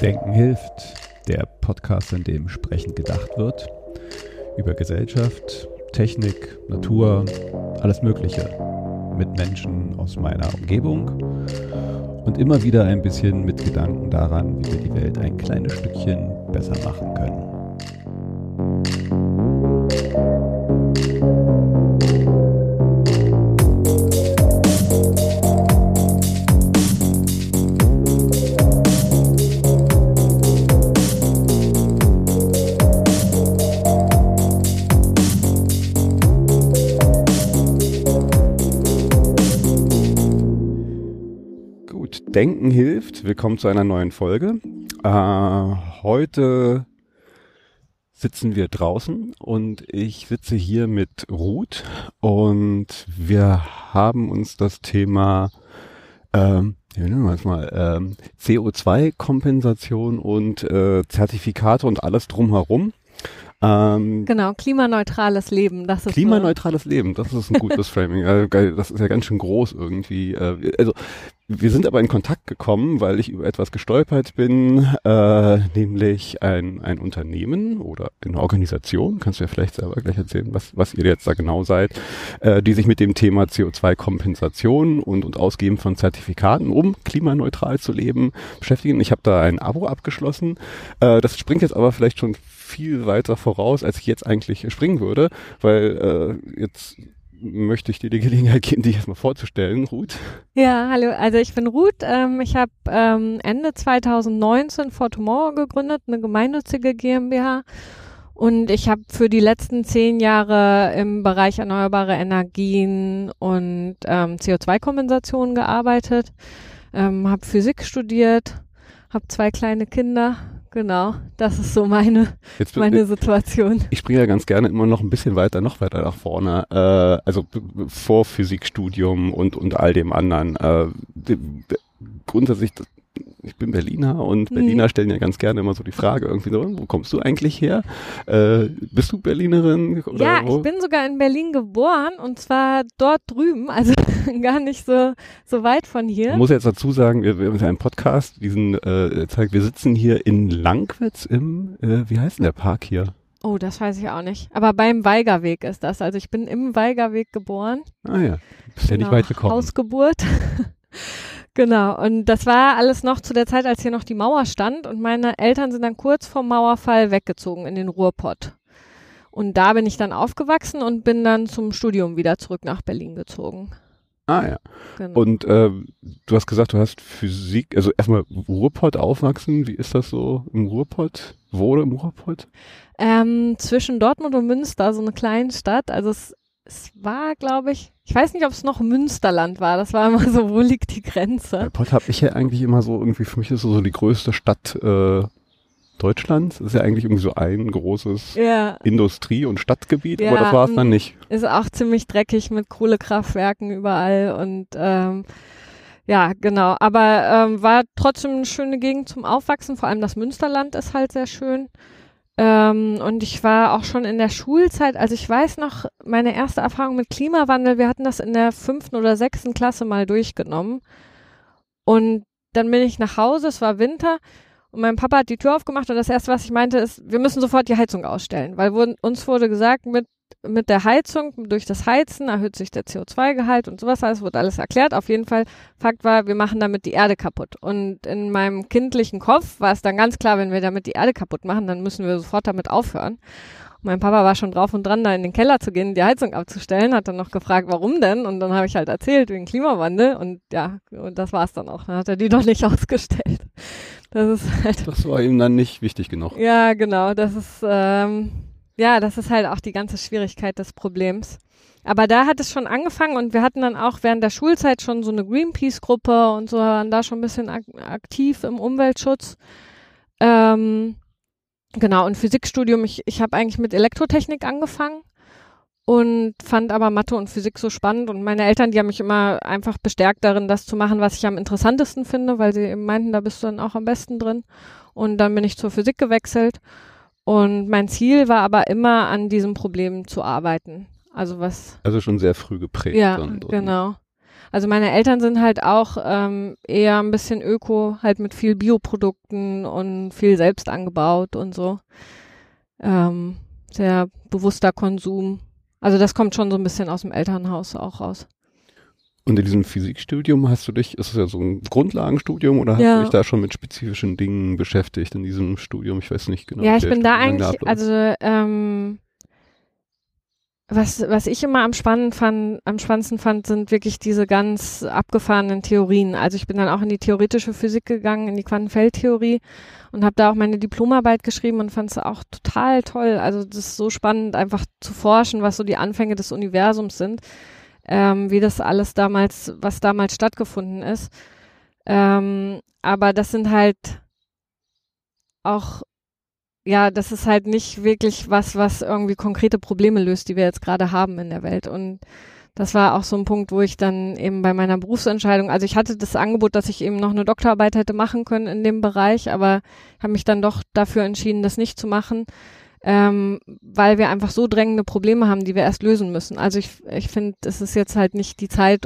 Denken hilft, der Podcast, in dem sprechend gedacht wird, über Gesellschaft, Technik, Natur, alles Mögliche, mit Menschen aus meiner Umgebung und immer wieder ein bisschen mit Gedanken daran, wie wir die Welt ein kleines Stückchen besser machen können. Denken hilft. Willkommen zu einer neuen Folge. Heute sitzen wir draußen und ich sitze hier mit Ruth und wir haben uns das Thema CO2-Kompensation und Zertifikate und alles drumherum. Genau, klimaneutrales Leben. Das ist klimaneutrales Leben, das ist ein gutes Framing. Das ist ja ganz schön groß irgendwie. Also wir sind aber in Kontakt gekommen, weil ich über etwas gestolpert bin, nämlich ein Unternehmen oder eine Organisation, kannst du ja vielleicht selber gleich erzählen, was ihr jetzt da genau seid, die sich mit dem Thema CO2-Kompensation und Ausgeben von Zertifikaten, um klimaneutral zu leben, beschäftigen. Ich habe da ein Abo abgeschlossen. Das springt jetzt aber vielleicht schon viel weiter voraus, als ich jetzt eigentlich springen würde, weil jetzt möchte ich dir die Gelegenheit geben, dich erstmal vorzustellen, Ruth. Ja, hallo, also ich bin Ruth. Ich habe Ende 2019 For Tomorrow gegründet, eine gemeinnützige GmbH. Und ich habe für die letzten 10 Jahre im Bereich erneuerbare Energien und CO2-Kompensation gearbeitet, habe Physik studiert, habe 2 kleine Kinder. Genau, das ist so meine Situation. Ich springe ja ganz gerne immer noch ein bisschen noch weiter nach vorne, also vor Physikstudium und all dem anderen. Grundsätzlich, ich bin Berliner und Berliner stellen ja ganz gerne immer so die Frage irgendwie so, wo kommst du eigentlich her? Bist du Berlinerin? Oder ja, wo? Ich bin sogar in Berlin geboren und zwar dort drüben, also gar nicht so weit von hier. Man muss jetzt dazu sagen, wir haben ja einen Podcast, wir sitzen hier in Langwitz wie heißt denn der Park hier? Oh, das weiß ich auch nicht. Aber beim Weigerweg ist das. Also ich bin im Weigerweg geboren. Ah ja, bist ja nicht weit gekommen. Hausgeburt. Genau, und das war alles noch zu der Zeit, als hier noch die Mauer stand und meine Eltern sind dann kurz vorm Mauerfall weggezogen in den Ruhrpott. Und da bin ich dann aufgewachsen und bin dann zum Studium wieder zurück nach Berlin gezogen. Ah ja. Genau. Und du hast gesagt, du hast Physik, also erstmal Ruhrpott aufwachsen, wie ist das so im Ruhrpott? Wo im Ruhrpott? Zwischen Dortmund und Münster, so eine kleine Stadt, also es war, glaube ich weiß nicht, ob es noch Münsterland war. Das war immer so, wo liegt die Grenze? Bei Pott habe ich ja eigentlich immer so irgendwie, für mich ist so die größte Stadt Deutschlands. Das ist ja eigentlich irgendwie so ein großes Industrie- und Stadtgebiet, aber das war es dann nicht. Ist auch ziemlich dreckig mit Kohlekraftwerken überall und ja, genau. Aber war trotzdem eine schöne Gegend zum Aufwachsen. Vor allem das Münsterland ist halt sehr schön. Und ich war auch schon in der Schulzeit, also ich weiß noch, meine erste Erfahrung mit Klimawandel, wir hatten das in der 5. oder 6. Klasse mal durchgenommen und dann bin ich nach Hause, es war Winter und mein Papa hat die Tür aufgemacht und das erste, was ich meinte, ist, wir müssen sofort die Heizung ausstellen, weil uns wurde gesagt, mit der Heizung, durch das Heizen erhöht sich der CO2-Gehalt und sowas, alles wurde alles erklärt. Auf jeden Fall, Fakt war, wir machen damit die Erde kaputt. Und in meinem kindlichen Kopf war es dann ganz klar, wenn wir damit die Erde kaputt machen, dann müssen wir sofort damit aufhören. Und mein Papa war schon drauf und dran, da in den Keller zu gehen, die Heizung abzustellen, hat dann noch gefragt, warum denn? Und dann habe ich halt erzählt, wegen Klimawandel und ja, und das war es dann auch. Dann hat er die doch nicht ausgestellt. Das war ihm dann nicht wichtig genug. Ja, genau, das ist halt auch die ganze Schwierigkeit des Problems. Aber da hat es schon angefangen und wir hatten dann auch während der Schulzeit schon so eine Greenpeace-Gruppe und so, waren da schon ein bisschen aktiv im Umweltschutz. Genau, und Physikstudium, ich habe eigentlich mit Elektrotechnik angefangen und fand aber Mathe und Physik so spannend und meine Eltern, die haben mich immer einfach bestärkt darin, das zu machen, was ich am interessantesten finde, weil sie eben meinten, da bist du dann auch am besten drin. Und dann bin ich zur Physik gewechselt. Und mein Ziel war aber immer, an diesem Problem zu arbeiten. Also schon sehr früh geprägt. Ja, genau. Also meine Eltern sind halt auch eher ein bisschen öko, halt mit viel Bioprodukten und viel selbst angebaut und so. Sehr bewusster Konsum. Also das kommt schon so ein bisschen aus dem Elternhaus auch raus. Und in diesem Physikstudium ist es ja so ein Grundlagenstudium oder hast du dich da schon mit spezifischen Dingen beschäftigt in diesem Studium? Ich weiß nicht genau. Ja, ich bin da eigentlich, also was ich immer am spannendsten fand, sind wirklich diese ganz abgefahrenen Theorien. Also ich bin dann auch in die theoretische Physik gegangen, in die Quantenfeldtheorie und habe da auch meine Diplomarbeit geschrieben und fand es auch total toll. Also das ist so spannend, einfach zu forschen, was so die Anfänge des Universums sind. Wie das alles was damals stattgefunden ist. Aber das sind halt auch, ja, das ist halt nicht wirklich was irgendwie konkrete Probleme löst, die wir jetzt gerade haben in der Welt. Und das war auch so ein Punkt, wo ich dann eben bei meiner Berufsentscheidung, also ich hatte das Angebot, dass ich eben noch eine Doktorarbeit hätte machen können in dem Bereich, aber habe mich dann doch dafür entschieden, das nicht zu machen. Weil wir einfach so drängende Probleme haben, die wir erst lösen müssen. Also ich finde, es ist jetzt halt nicht die Zeit,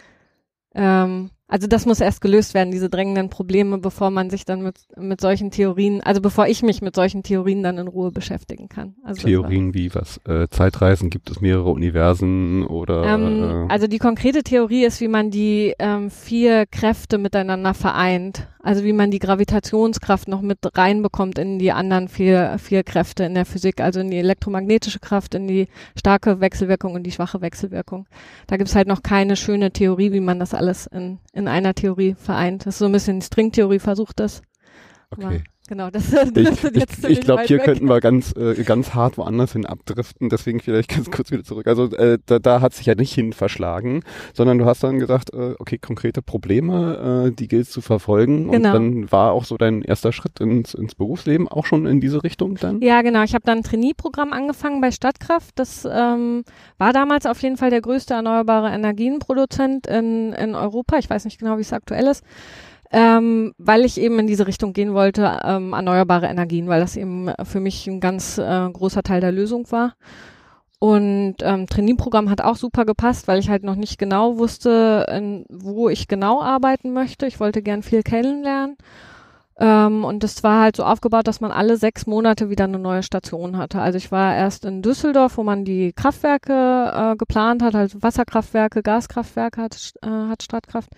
also das muss erst gelöst werden, diese drängenden Probleme, bevor man sich dann mit solchen Theorien, also bevor ich mich mit solchen Theorien dann in Ruhe beschäftigen kann. Also Theorien wie was? Zeitreisen, gibt es mehrere Universen oder? Also die konkrete Theorie ist, wie man die 4 Kräfte miteinander vereint. Also wie man die Gravitationskraft noch mit reinbekommt in die anderen 4 Kräfte in der Physik, also in die elektromagnetische Kraft, in die starke Wechselwirkung und die schwache Wechselwirkung. Da gibt's halt noch keine schöne Theorie, wie man das alles in einer Theorie vereint. Das ist so ein bisschen, die Stringtheorie versucht das. Okay. Aber genau, das jetzt ich glaube, hier könnten wir ganz hart woanders hin abdriften, deswegen vielleicht ganz kurz wieder zurück. Also da hat sich ja nicht hin verschlagen, sondern du hast dann gesagt, okay, konkrete Probleme, die gilt es zu verfolgen. Genau. Und dann war auch so dein erster Schritt ins Berufsleben auch schon in diese Richtung dann? Ja, genau. Ich habe dann ein Trainee-Programm angefangen bei Statkraft. Das war damals auf jeden Fall der größte erneuerbare Energienproduzent in Europa. Ich weiß nicht genau, wie es aktuell ist. Weil ich eben in diese Richtung gehen wollte, erneuerbare Energien, weil das eben für mich ein ganz großer Teil der Lösung war. Und Trainee-Programm hat auch super gepasst, weil ich halt noch nicht genau wusste, wo ich genau arbeiten möchte. Ich wollte gern viel kennenlernen. Und das war halt so aufgebaut, dass man alle 6 Monate wieder eine neue Station hatte. Also ich war erst in Düsseldorf, wo man die Kraftwerke geplant hat, also Wasserkraftwerke, Gaskraftwerke hat Statkraft.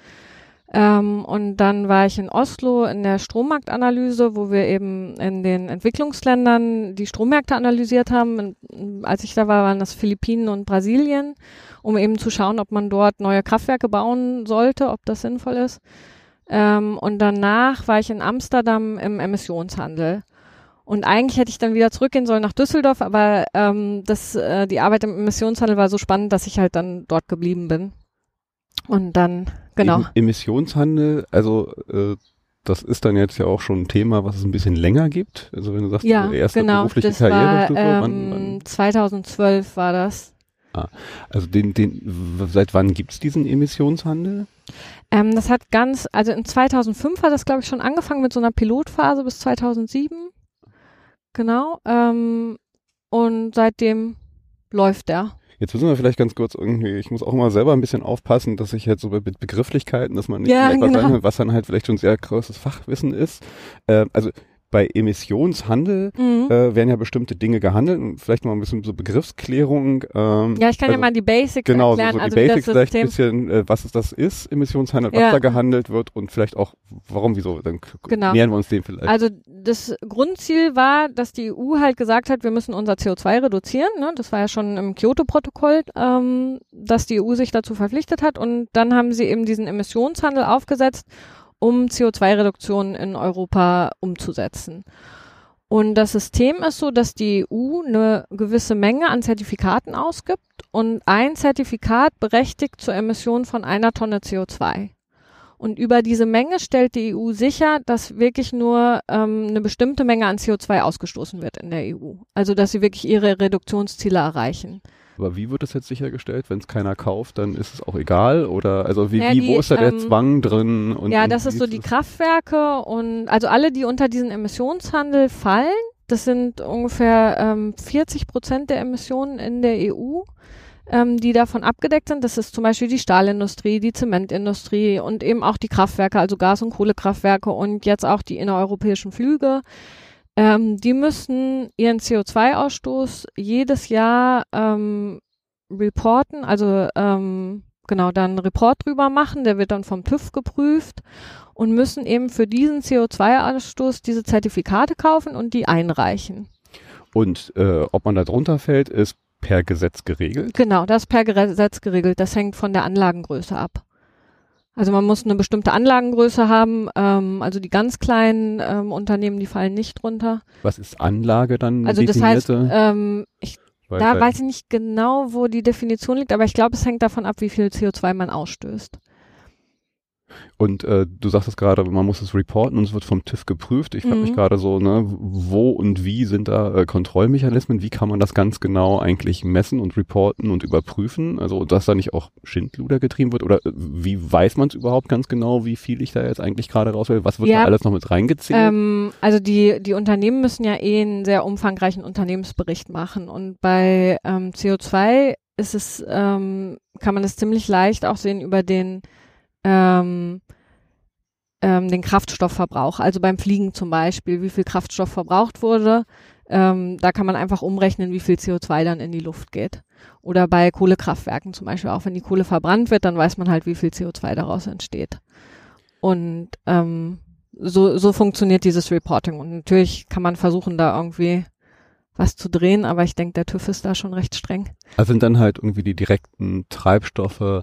Und dann war ich in Oslo in der Strommarktanalyse, wo wir eben in den Entwicklungsländern die Strommärkte analysiert haben. Und als ich da war, waren das Philippinen und Brasilien, um eben zu schauen, ob man dort neue Kraftwerke bauen sollte, ob das sinnvoll ist. Und danach war ich in Amsterdam im Emissionshandel. Und eigentlich hätte ich dann wieder zurückgehen sollen nach Düsseldorf, aber die Arbeit im Emissionshandel war so spannend, dass ich halt dann dort geblieben bin. Und dann, genau. Emissionshandel, also das ist dann jetzt ja auch schon ein Thema, was es ein bisschen länger gibt. Also wenn du sagst, ja, erste genau, berufliche das Karriere. war 2012 war das. Also seit wann gibt's diesen Emissionshandel? Das hat also in 2005 hat das, glaube ich, schon angefangen mit so einer Pilotphase bis 2007. Genau. Und seitdem läuft der. Jetzt müssen wir vielleicht ganz kurz ich muss auch immer selber ein bisschen aufpassen, dass ich halt so mit Begrifflichkeiten, dass man nicht etwas sagen, was dann halt vielleicht schon sehr großes Fachwissen ist. Also bei Emissionshandel werden ja bestimmte Dinge gehandelt und vielleicht mal ein bisschen so Begriffsklärung. Ja, ich kann ja mal die Basics genau, erklären. Genau, so also die Basics vielleicht ein bisschen, was das ist, Emissionshandel, was da gehandelt wird und vielleicht auch, warum, wieso, dann nähern wir uns dem vielleicht. Also das Grundziel war, dass die EU halt gesagt hat, wir müssen unser CO2 reduzieren. Ne? Das war ja schon im Kyoto-Protokoll, dass die EU sich dazu verpflichtet hat und dann haben sie eben diesen Emissionshandel aufgesetzt, um CO2-Reduktionen in Europa umzusetzen. Und das System ist so, dass die EU eine gewisse Menge an Zertifikaten ausgibt und ein Zertifikat berechtigt zur Emission von 1 Tonne CO2. Und über diese Menge stellt die EU sicher, dass wirklich nur eine bestimmte Menge an CO2 ausgestoßen wird in der EU. Also dass sie wirklich ihre Reduktionsziele erreichen. Aber wie wird das jetzt sichergestellt? Wenn es keiner kauft, dann ist es auch egal? Oder also wo ist da der Zwang drin? Das ist so die Kraftwerke und also alle, die unter diesen Emissionshandel fallen, das sind ungefähr 40% der Emissionen in der EU. die davon abgedeckt sind. Das ist zum Beispiel die Stahlindustrie, die Zementindustrie und eben auch die Kraftwerke, also Gas- und Kohlekraftwerke und jetzt auch die innereuropäischen Flüge. Die müssen ihren CO2-Ausstoß jedes Jahr reporten, also genau, dann einen Report drüber machen, der wird dann vom TÜV geprüft und müssen eben für diesen CO2-Ausstoß diese Zertifikate kaufen und die einreichen. Und ob man da drunter fällt, ist per Gesetz geregelt? Genau, das ist per Gesetz geregelt. Das hängt von der Anlagengröße ab. Also man muss eine bestimmte Anlagengröße haben, also die ganz kleinen Unternehmen, die fallen nicht drunter. Was ist Anlage dann? Also das heißt, Weil weiß ich nicht genau, wo die Definition liegt, aber ich glaube, es hängt davon ab, wie viel CO2 man ausstößt. Und du sagst es gerade, man muss es reporten und es wird vom TÜV geprüft. Ich frage mich gerade so, ne, wo und wie sind da Kontrollmechanismen? Wie kann man das ganz genau eigentlich messen und reporten und überprüfen? Also, dass da nicht auch Schindluder getrieben wird? Oder wie weiß man es überhaupt ganz genau, wie viel ich da jetzt eigentlich gerade rauswähle? Was wird da alles noch mit reingezählt? Also die Unternehmen müssen ja einen sehr umfangreichen Unternehmensbericht machen. Und bei CO2 ist es, kann man es ziemlich leicht auch sehen über den Kraftstoffverbrauch, also beim Fliegen zum Beispiel, wie viel Kraftstoff verbraucht wurde, da kann man einfach umrechnen, wie viel CO2 dann in die Luft geht. Oder bei Kohlekraftwerken zum Beispiel, auch wenn die Kohle verbrannt wird, dann weiß man halt, wie viel CO2 daraus entsteht. Und so funktioniert dieses Reporting. Und natürlich kann man versuchen, da irgendwie was zu drehen, aber ich denke, der TÜV ist da schon recht streng. Also sind dann halt irgendwie die direkten Treibstoffe,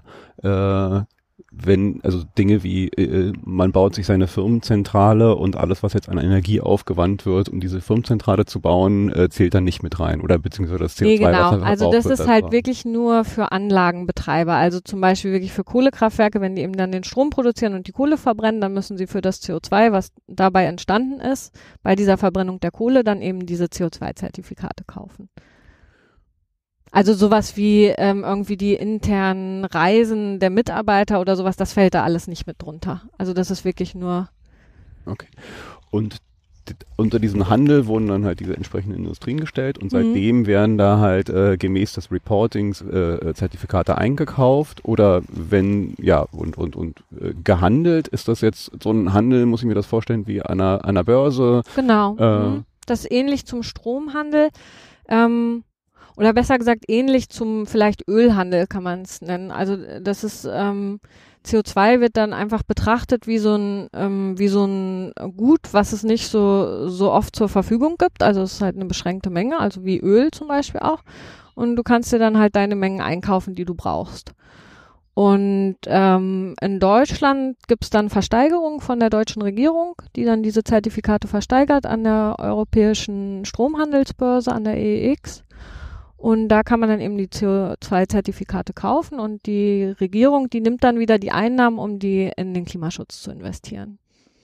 also Dinge wie, man baut sich seine Firmenzentrale und alles, was jetzt an Energie aufgewandt wird, um diese Firmenzentrale zu bauen, zählt dann nicht mit rein oder beziehungsweise das CO2, nee, genau. was Also das ist halt wirklich nur für Anlagenbetreiber, also zum Beispiel wirklich für Kohlekraftwerke, wenn die eben dann den Strom produzieren und die Kohle verbrennen, dann müssen sie für das CO2, was dabei entstanden ist, bei dieser Verbrennung der Kohle dann eben diese CO2-Zertifikate kaufen. Also sowas wie irgendwie die internen Reisen der Mitarbeiter oder sowas, das fällt da alles nicht mit drunter. Also das ist wirklich nur. Okay. Und unter diesen Handel wurden dann halt diese entsprechenden Industrien gestellt und seitdem werden da halt gemäß des Reportings Zertifikate eingekauft oder wenn, ja, und gehandelt. Ist das jetzt so ein Handel, muss ich mir das vorstellen, wie an einer Börse? Genau. Das ist ähnlich zum Stromhandel. Oder besser gesagt, ähnlich zum vielleicht Ölhandel kann man es nennen. Also das ist CO2 wird dann einfach betrachtet wie so ein Gut, was es nicht so oft zur Verfügung gibt. Also es ist halt eine beschränkte Menge, also wie Öl zum Beispiel auch. Und du kannst dir dann halt deine Mengen einkaufen, die du brauchst. Und in Deutschland gibt es dann Versteigerungen von der deutschen Regierung, die dann diese Zertifikate versteigert an der Europäischen Stromhandelsbörse, an der EEX. Und da kann man dann eben die CO2-Zertifikate kaufen und die Regierung, die nimmt dann wieder die Einnahmen, um die in den Klimaschutz zu investieren.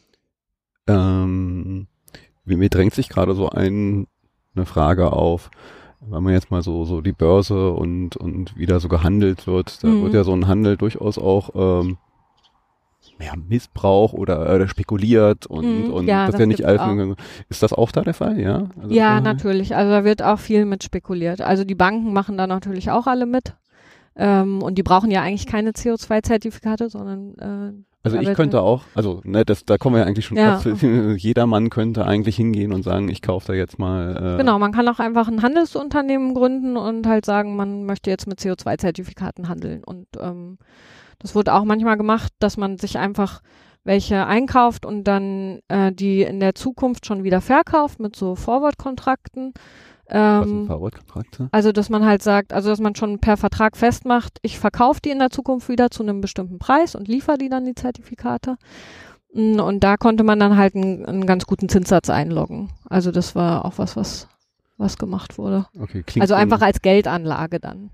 Mir drängt sich gerade so eine Frage auf, wenn man jetzt mal so die Börse und wie da so gehandelt wird, da wird ja so ein Handel durchaus auch Missbrauch oder spekuliert und ja, das ist ja nicht alles. Ist das auch da der Fall, ja? Also ja, natürlich. Also da wird auch viel mit spekuliert. Also die Banken machen da natürlich auch alle mit. Und die brauchen ja eigentlich keine CO2-Zertifikate, sondern also ich könnte auch, also ne, da kommen wir ja eigentlich schon fast, jeder Mann könnte eigentlich hingehen und sagen, ich kaufe da jetzt mal. Genau, man kann auch einfach ein Handelsunternehmen gründen und halt sagen, man möchte jetzt mit CO2-Zertifikaten handeln. Und das wurde auch manchmal gemacht, dass man sich einfach welche einkauft und dann die in der Zukunft schon wieder verkauft mit so Forward-Kontrakten. Was sind Forward-Kontrakte? Also, dass man halt sagt, also dass man schon per Vertrag festmacht, ich verkaufe die in der Zukunft wieder zu einem bestimmten Preis und liefere die dann die Zertifikate. Und da konnte man dann halt einen ganz guten Zinssatz einloggen. Also das war auch was gemacht wurde. Okay, klingt also einfach als Geldanlage dann.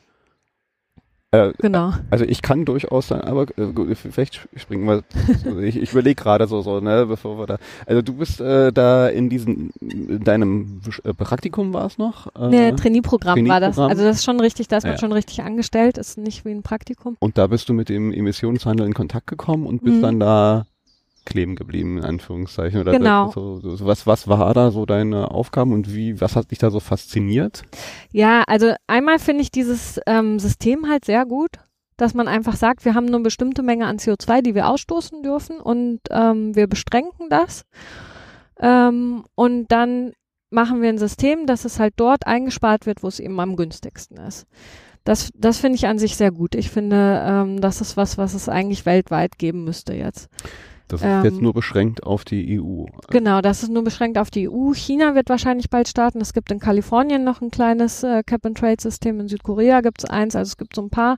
Genau. Also ich kann durchaus sein, aber gut, vielleicht springen wir, ich überlege gerade so, ne, bevor wir da, also du bist da in deinem Praktikum war es noch? Trainee-Programm war das. Also das ist schon richtig, da ist man schon richtig angestellt, ist nicht wie ein Praktikum. Und da bist du mit dem Emissionshandel in Kontakt gekommen und bist dann da kleben geblieben, in Anführungszeichen. Oder Genau. Was war da so deine Aufgaben und was hat dich da so fasziniert? Ja, also einmal finde ich dieses System halt sehr gut, dass man einfach sagt, wir haben nur eine bestimmte Menge an CO2, die wir ausstoßen dürfen und wir beschränken das. Und dann machen wir ein System, dass es halt dort eingespart wird, wo es eben am günstigsten ist. Das finde ich an sich sehr gut. Ich finde, das ist was es eigentlich weltweit geben müsste jetzt. Das ist jetzt nur beschränkt auf die EU. Genau, das ist nur beschränkt auf die EU. China wird wahrscheinlich bald starten. Es gibt in Kalifornien noch ein kleines Cap-and-Trade-System. In Südkorea gibt es eins. Also es gibt so ein paar.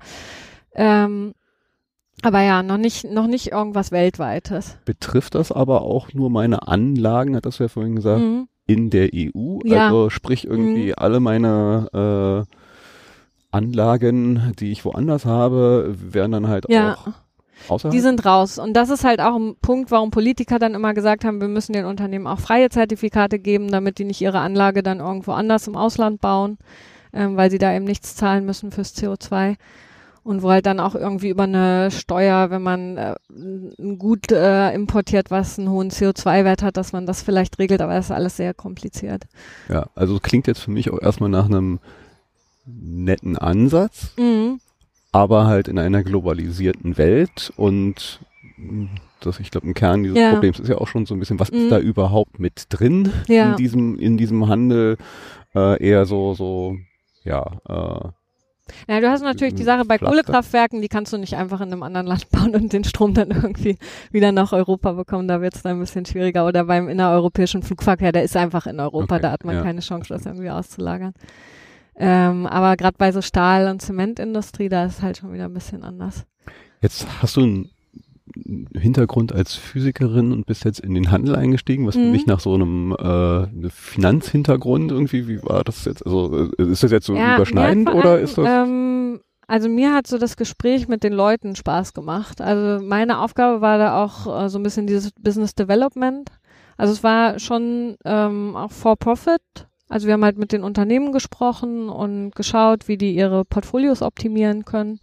Aber ja, noch nicht irgendwas Weltweites. Betrifft das aber auch nur meine Anlagen, hattest du ja vorhin gesagt, in der EU? Ja. Also sprich irgendwie alle meine Anlagen, die ich woanders habe, werden dann halt auch außerhalb? Die sind raus. Und das ist halt auch ein Punkt, warum Politiker dann immer gesagt haben, wir müssen den Unternehmen auch freie Zertifikate geben, damit die nicht ihre Anlage dann irgendwo anders im Ausland bauen, weil sie da eben nichts zahlen müssen fürs CO2. Und wo halt dann auch irgendwie über eine Steuer, wenn man ein Gut importiert, was einen hohen CO2-Wert hat, dass man das vielleicht regelt, aber das ist alles sehr kompliziert. Ja, also klingt jetzt für mich auch erstmal nach einem netten Ansatz, aber halt in einer globalisierten Welt und das, ich glaube, im Kern dieses Problems ist ja auch schon so ein bisschen, was ist da überhaupt mit drin in diesem Handel, eher Ja, du hast natürlich die Sache bei Kohlekraftwerken, die kannst du nicht einfach in einem anderen Land bauen und den Strom dann irgendwie wieder nach Europa bekommen, da wird es dann ein bisschen schwieriger. Oder beim innereuropäischen Flugverkehr, der ist einfach in Europa, da hat man keine Chance, das irgendwie auszulagern. Aber gerade bei so Stahl- und Zementindustrie, da ist es halt schon wieder ein bisschen anders. Jetzt hast du einen Hintergrund als Physikerin und bist jetzt in den Handel eingestiegen, was für mich nach so einem Finanzhintergrund irgendwie, wie war das jetzt? Also ist das jetzt so überschneidend oder ist das? Also mir hat so das Gespräch mit den Leuten Spaß gemacht. Also meine Aufgabe war da auch so ein bisschen dieses Business Development. Also es war schon auch for profit. Also wir haben halt mit den Unternehmen gesprochen und geschaut, wie die ihre Portfolios optimieren können.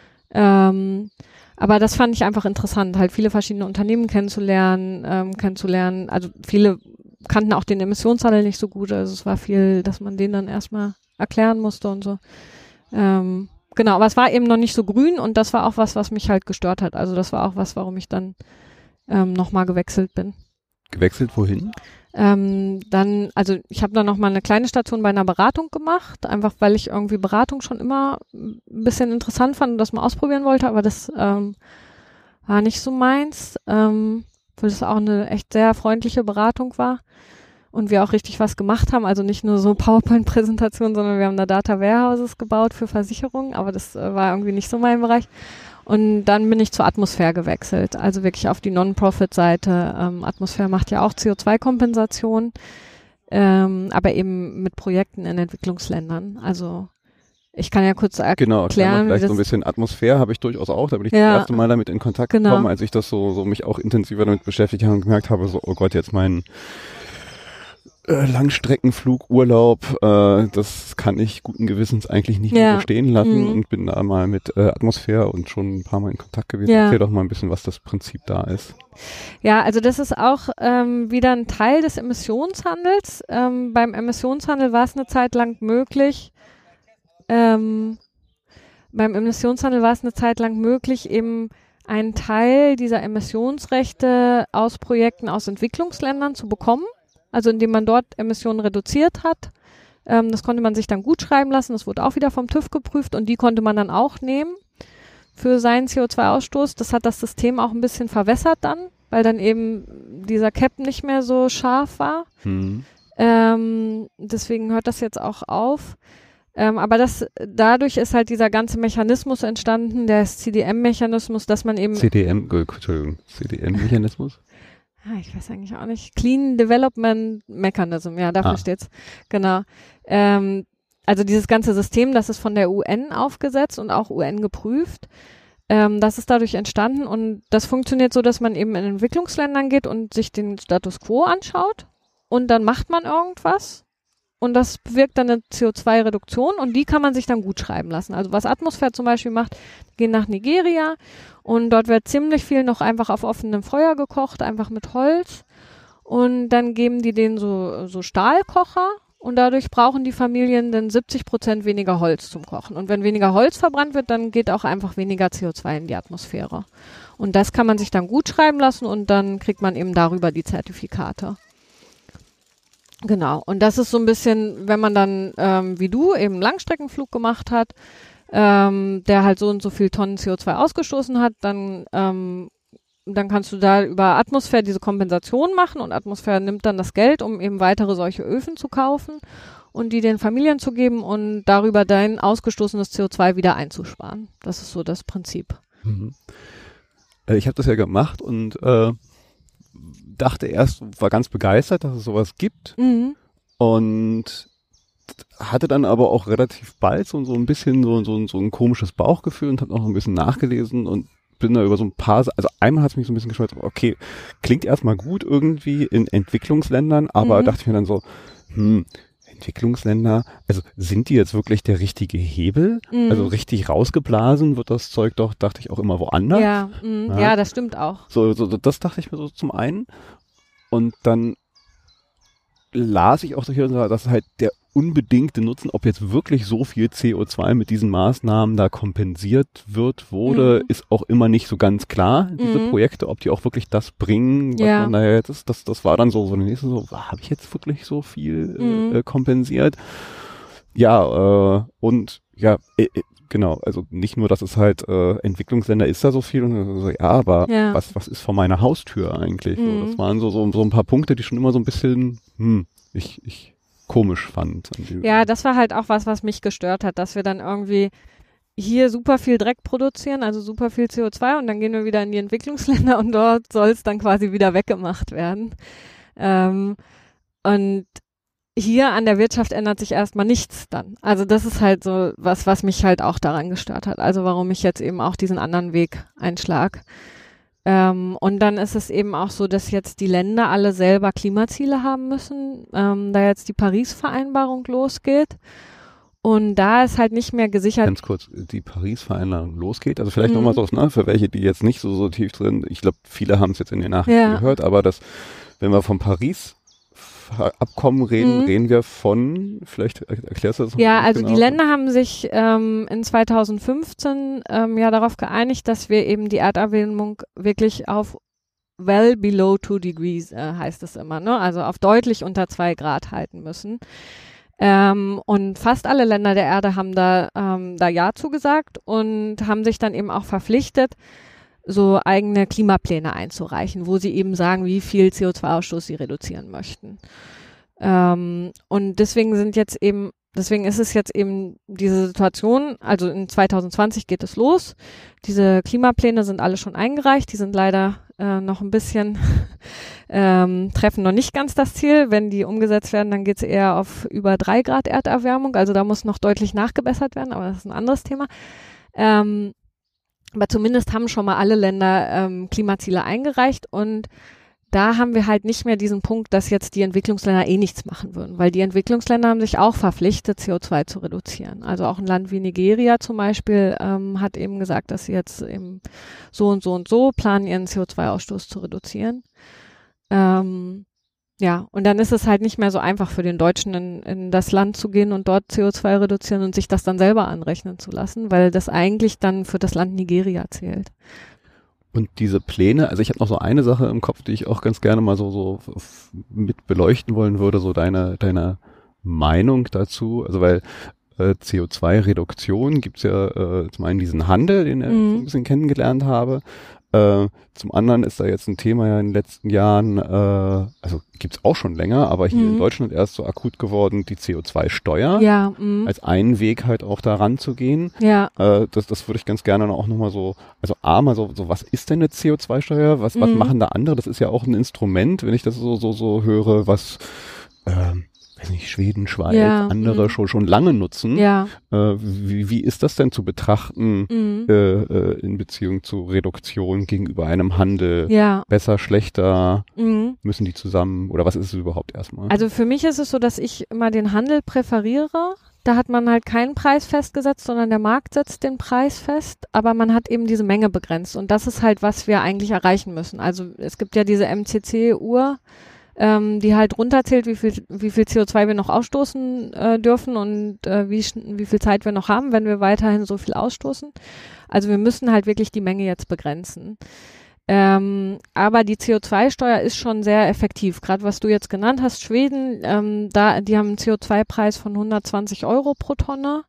Aber das fand ich einfach interessant, halt viele verschiedene Unternehmen kennenzulernen. Also viele kannten auch den Emissionshandel nicht so gut. Also es war viel, dass man den dann erstmal erklären musste und so. Genau, aber es war eben noch nicht so grün und das war auch was mich halt gestört hat. Also das war auch was, warum ich dann nochmal gewechselt bin. Gewechselt wohin? Also ich habe dann nochmal eine kleine Station bei einer Beratung gemacht, einfach weil ich irgendwie Beratung schon immer ein bisschen interessant fand und das mal ausprobieren wollte, aber das war nicht so meins, weil es auch eine echt sehr freundliche Beratung war und wir auch richtig was gemacht haben, also nicht nur so PowerPoint-Präsentationen, sondern wir haben da Data Warehouses gebaut für Versicherungen, aber das war irgendwie nicht so mein Bereich. Und dann bin ich zur Atmosphäre gewechselt, also wirklich auf die Non-Profit-Seite. Atmosphäre macht ja auch CO2-Kompensation, aber eben mit Projekten in Entwicklungsländern. Also ich kann ja kurz erklären. Genau, vielleicht so ein bisschen Atmosphäre habe ich durchaus auch. Da bin ich das erste Mal damit in Kontakt gekommen, als ich das so mich auch intensiver damit beschäftigt habe und gemerkt habe, so, oh Gott, jetzt mein Langstreckenflugurlaub, das kann ich guten Gewissens eigentlich nicht mehr so stehen lassen und bin da mal mit Atmosphäre und schon ein paar Mal in Kontakt gewesen. Erzähl doch mal ein bisschen, was das Prinzip da ist. Ja, also das ist auch wieder ein Teil des Emissionshandels. Beim Emissionshandel war es eine Zeit lang möglich, eben einen Teil dieser Emissionsrechte aus Projekten aus Entwicklungsländern zu bekommen. Also indem man dort Emissionen reduziert hat. Das konnte man sich dann gut schreiben lassen. Das wurde auch wieder vom TÜV geprüft und die konnte man dann auch nehmen für seinen CO2-Ausstoß. Das hat das System auch ein bisschen verwässert dann, weil dann eben dieser Cap nicht mehr so scharf war. Deswegen hört das jetzt auch auf. Aber dadurch ist halt dieser ganze Mechanismus entstanden, der CDM-Mechanismus, dass man eben... CDM-Mechanismus? Ich weiß eigentlich auch nicht. Clean Development Mechanism, ja, dafür steht's. Genau. Also dieses ganze System, das ist von der UN aufgesetzt und auch UN geprüft. Das ist dadurch entstanden und das funktioniert so, dass man eben in Entwicklungsländern geht und sich den Status Quo anschaut und dann macht man irgendwas und das bewirkt dann eine CO2-Reduktion und die kann man sich dann gut schreiben lassen. Also was Atmosphäre zum Beispiel macht, gehen nach Nigeria und dort wird ziemlich viel noch einfach auf offenem Feuer gekocht, einfach mit Holz und dann geben die denen so Stahlkocher und dadurch brauchen die Familien dann 70% weniger Holz zum Kochen. Und wenn weniger Holz verbrannt wird, dann geht auch einfach weniger CO2 in die Atmosphäre. Und das kann man sich dann gut schreiben lassen und dann kriegt man eben darüber die Zertifikate. Genau. Und das ist so ein bisschen, wenn man dann, wie du, eben einen Langstreckenflug gemacht hat, der halt so und so viel Tonnen CO2 ausgestoßen hat, dann kannst du da über Atmosphäre diese Kompensation machen und Atmosphäre nimmt dann das Geld, um eben weitere solche Öfen zu kaufen und die den Familien zu geben und darüber dein ausgestoßenes CO2 wieder einzusparen. Das ist so das Prinzip. Mhm. Ich habe das ja gemacht und dachte erst, war ganz begeistert, dass es sowas gibt und hatte dann aber auch relativ bald so ein bisschen so ein komisches Bauchgefühl und habe noch ein bisschen nachgelesen und bin da über so ein paar, also einmal hat es mich so ein bisschen geschweizt, okay, klingt erstmal gut irgendwie in Entwicklungsländern, aber dachte ich mir dann so, Entwicklungsländer, also sind die jetzt wirklich der richtige Hebel? Also richtig rausgeblasen wird das Zeug doch, dachte ich, auch immer woanders. Ja, das stimmt auch. So, das dachte ich mir so zum einen. Und dann las ich auch so hier, dass halt der unbedingte Nutzen, ob jetzt wirklich so viel CO2 mit diesen Maßnahmen da kompensiert wurde, ist auch immer nicht so ganz klar, diese Projekte, ob die auch wirklich das bringen, was man da jetzt, das war dann so der nächste so, habe ich jetzt wirklich so viel kompensiert? Ja, und ja, genau, also nicht nur, dass es halt Entwicklungsländer ist da so viel, und so, ja, aber was ist vor meiner Haustür eigentlich? So, das waren so ein paar Punkte, die schon immer so ein bisschen, ich komisch fand. Ja, das war halt auch was mich gestört hat, dass wir dann irgendwie hier super viel Dreck produzieren, also super viel CO2 und dann gehen wir wieder in die Entwicklungsländer und dort soll es dann quasi wieder weggemacht werden. Und hier an der Wirtschaft ändert sich erstmal nichts dann. Also das ist halt so was mich halt auch daran gestört hat. Also warum ich jetzt eben auch diesen anderen Weg einschlag. Und dann ist es eben auch so, dass jetzt die Länder alle selber Klimaziele haben müssen, da jetzt die Paris-Vereinbarung losgeht. Und da ist halt nicht mehr gesichert. Ganz kurz, die Paris-Vereinbarung losgeht. Also vielleicht nochmal so, für welche, die jetzt nicht so tief drin, ich glaube, viele haben es jetzt in den Nachrichten gehört, aber wenn wir vom Paris-Abkommen reden wir von, vielleicht erklärst du das noch. Ja, also genau. Die Länder haben sich in 2015 darauf geeinigt, dass wir eben die Erderwärmung wirklich auf well below 2 degrees heißt es immer, ne? Also auf deutlich unter 2 Grad halten müssen. Und fast alle Länder der Erde haben da Ja zugesagt und haben sich dann eben auch verpflichtet, so eigene Klimapläne einzureichen, wo sie eben sagen, wie viel CO2-Ausstoß sie reduzieren möchten. Und deswegen ist es jetzt eben diese Situation, also in 2020 geht es los. Diese Klimapläne sind alle schon eingereicht, die sind leider noch ein bisschen, treffen noch nicht ganz das Ziel. Wenn die umgesetzt werden, dann geht es eher auf über 3 Grad Erderwärmung, also da muss noch deutlich nachgebessert werden, aber das ist ein anderes Thema. Aber zumindest haben schon mal alle Länder Klimaziele eingereicht und da haben wir halt nicht mehr diesen Punkt, dass jetzt die Entwicklungsländer nichts machen würden, weil die Entwicklungsländer haben sich auch verpflichtet, CO2 zu reduzieren. Also auch ein Land wie Nigeria zum Beispiel hat eben gesagt, dass sie jetzt eben so und so planen, ihren CO2-Ausstoß zu reduzieren. Ja, und dann ist es halt nicht mehr so einfach für den Deutschen in das Land zu gehen und dort CO2 reduzieren und sich das dann selber anrechnen zu lassen, weil das eigentlich dann für das Land Nigeria zählt. Und diese Pläne, also ich habe noch so eine Sache im Kopf, die ich auch ganz gerne mal so mit beleuchten wollen würde, so deine Meinung dazu, also weil CO2-Reduktion gibt's ja zum einen diesen Handel, den ich so ein bisschen kennengelernt habe. Zum anderen ist da jetzt ein Thema ja in den letzten Jahren, also gibt's auch schon länger, aber hier in Deutschland erst so akut geworden, die CO2-Steuer als einen Weg halt auch da ranzugehen. Ja. Das würde ich ganz gerne auch nochmal so, also mal so was ist denn eine CO2-Steuer? Was machen da andere? Das ist ja auch ein Instrument, wenn ich das so höre, was weiß nicht, Schweden, Schweiz, andere schon lange nutzen. Ja. Wie ist das denn zu betrachten in Beziehung zu Reduktion gegenüber einem Handel? Ja. Besser, schlechter? Müssen die zusammen oder was ist es überhaupt erstmal? Also für mich ist es so, dass ich immer den Handel präferiere. Da hat man halt keinen Preis festgesetzt, sondern der Markt setzt den Preis fest, aber man hat eben diese Menge begrenzt und das ist halt, was wir eigentlich erreichen müssen. Also es gibt ja diese MCC-Uhr, die halt runterzählt, wie viel CO2 wir noch ausstoßen dürfen und wie viel Zeit wir noch haben, wenn wir weiterhin so viel ausstoßen. Also wir müssen halt wirklich die Menge jetzt begrenzen. Aber die CO2-Steuer ist schon sehr effektiv. Gerade was du jetzt genannt hast, Schweden, die haben einen CO2-Preis von 120 € pro Tonne.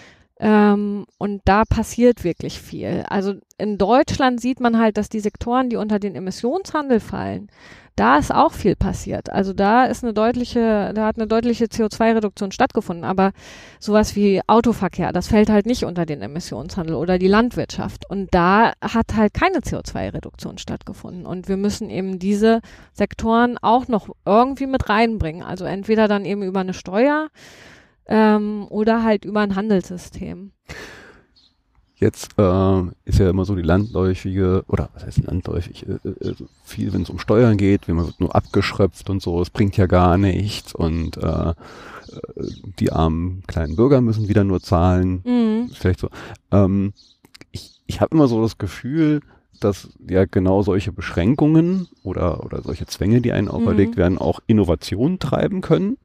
Und da passiert wirklich viel. Also in Deutschland sieht man halt, dass die Sektoren, die unter den Emissionshandel fallen, da ist auch viel passiert. Also da hat eine deutliche CO2-Reduktion stattgefunden. Aber sowas wie Autoverkehr, das fällt halt nicht unter den Emissionshandel oder die Landwirtschaft. Und da hat halt keine CO2-Reduktion stattgefunden. Und wir müssen eben diese Sektoren auch noch irgendwie mit reinbringen. Also entweder dann eben über eine Steuer oder halt über ein Handelssystem. Jetzt ist ja immer so die landläufige, oder was heißt landläufig, viel, wenn es um Steuern geht, wenn man wird nur abgeschröpft und so, es bringt ja gar nichts und die armen kleinen Bürger müssen wieder nur zahlen. Vielleicht so. Ich habe immer so das Gefühl, dass ja genau solche Beschränkungen oder solche Zwänge, die einen auferlegt werden, auch Innovationen treiben können.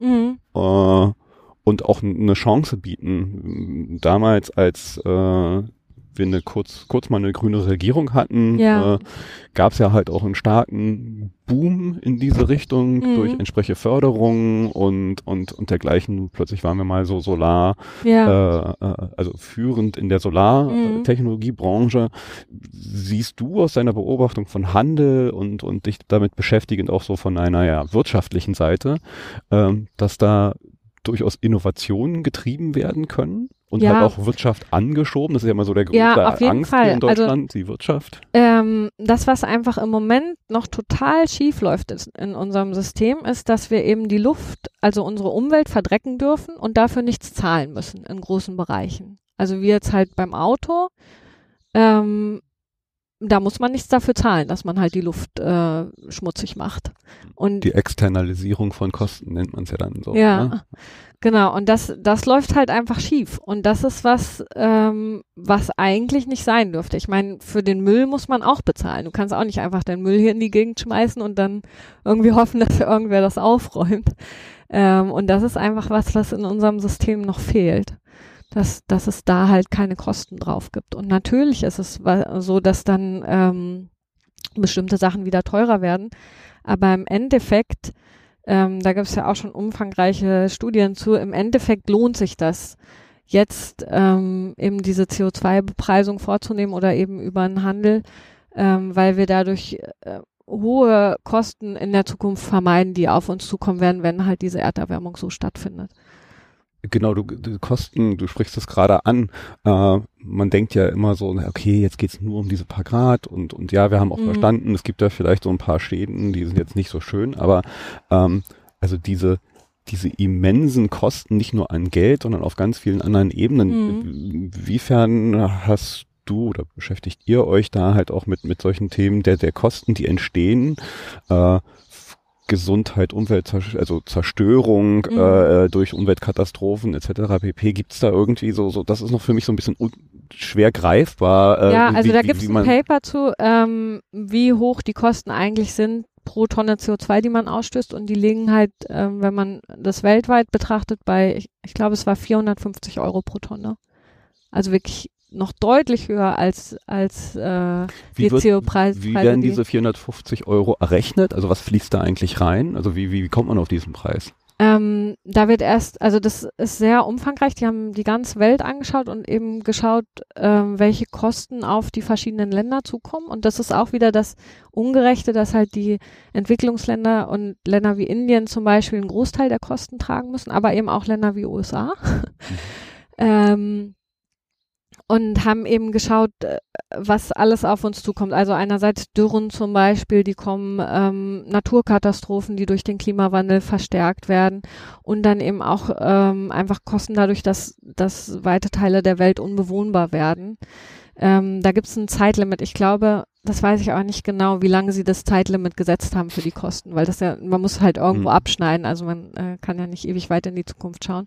Und auch eine Chance bieten. Damals, als wir kurz mal eine grüne Regierung hatten, gab es ja halt auch einen starken Boom in diese Richtung durch entsprechende Förderungen und dergleichen. Plötzlich waren wir mal so Solar, also führend in der Solartechnologiebranche. Siehst du aus deiner Beobachtung von Handel und dich damit beschäftigend auch so von einer wirtschaftlichen Seite, dass da durchaus Innovationen getrieben werden können und halt auch Wirtschaft angeschoben. Das ist ja immer so der größte Angst hier in Deutschland, also, die Wirtschaft. Das, was einfach im Moment noch total schief läuft in unserem System, ist, dass wir eben die Luft, also unsere Umwelt verdrecken dürfen und dafür nichts zahlen müssen in großen Bereichen. Also wie jetzt halt beim Auto, da muss man nichts dafür zahlen, dass man halt die Luft schmutzig macht. Und die Externalisierung von Kosten nennt man es ja dann so. Ja, ne? Genau. Und das läuft halt einfach schief. Und das ist was eigentlich nicht sein dürfte. Ich meine, für den Müll muss man auch bezahlen. Du kannst auch nicht einfach deinen Müll hier in die Gegend schmeißen und dann irgendwie hoffen, dass irgendwer das aufräumt. Und das ist einfach was in unserem System noch fehlt. Dass es da halt keine Kosten drauf gibt. Und natürlich ist es so, dass dann bestimmte Sachen wieder teurer werden. Aber im Endeffekt, da gibt es ja auch schon umfangreiche Studien zu, im Endeffekt lohnt sich das, jetzt eben diese CO2-Bepreisung vorzunehmen oder eben über einen Handel, weil wir dadurch hohe Kosten in der Zukunft vermeiden, die auf uns zukommen werden, wenn halt diese Erderwärmung so stattfindet. Genau, die Kosten, du sprichst es gerade an. Man denkt ja immer so, okay, jetzt geht's nur um diese paar Grad und ja, wir haben auch verstanden, es gibt ja vielleicht so ein paar Schäden, die sind jetzt nicht so schön, aber also diese immensen Kosten, nicht nur an Geld, sondern auf ganz vielen anderen Ebenen. Inwiefern hast du oder beschäftigt ihr euch da halt auch mit solchen Themen der Kosten, die entstehen, Gesundheit, also Zerstörung durch Umweltkatastrophen etc. pp. Gibt's da irgendwie so, das ist noch für mich so ein bisschen schwer greifbar. Ja, also da gibt's ein Paper zu, wie hoch die Kosten eigentlich sind pro Tonne CO2, die man ausstößt, und die liegen halt, wenn man das weltweit betrachtet, bei, ich glaube, es war 450 € pro Tonne. Also wirklich noch deutlich höher als die CO-Preise. Wie werden diese 450 € errechnet? Also was fließt da eigentlich rein? Also wie kommt man auf diesen Preis? Da wird also das ist sehr umfangreich. Die haben die ganze Welt angeschaut und eben geschaut, welche Kosten auf die verschiedenen Länder zukommen. Und das ist auch wieder das Ungerechte, dass halt die Entwicklungsländer und Länder wie Indien zum Beispiel einen Großteil der Kosten tragen müssen, aber eben auch Länder wie USA. und haben eben geschaut, was alles auf uns zukommt. Also einerseits Dürren zum Beispiel, die kommen, Naturkatastrophen, die durch den Klimawandel verstärkt werden und dann eben auch einfach Kosten dadurch, dass weite Teile der Welt unbewohnbar werden. Da gibt es ein Zeitlimit. Ich glaube, das weiß ich aber nicht genau, wie lange sie das Zeitlimit gesetzt haben für die Kosten, weil das ja, man muss halt irgendwo abschneiden, also man kann ja nicht ewig weit in die Zukunft schauen.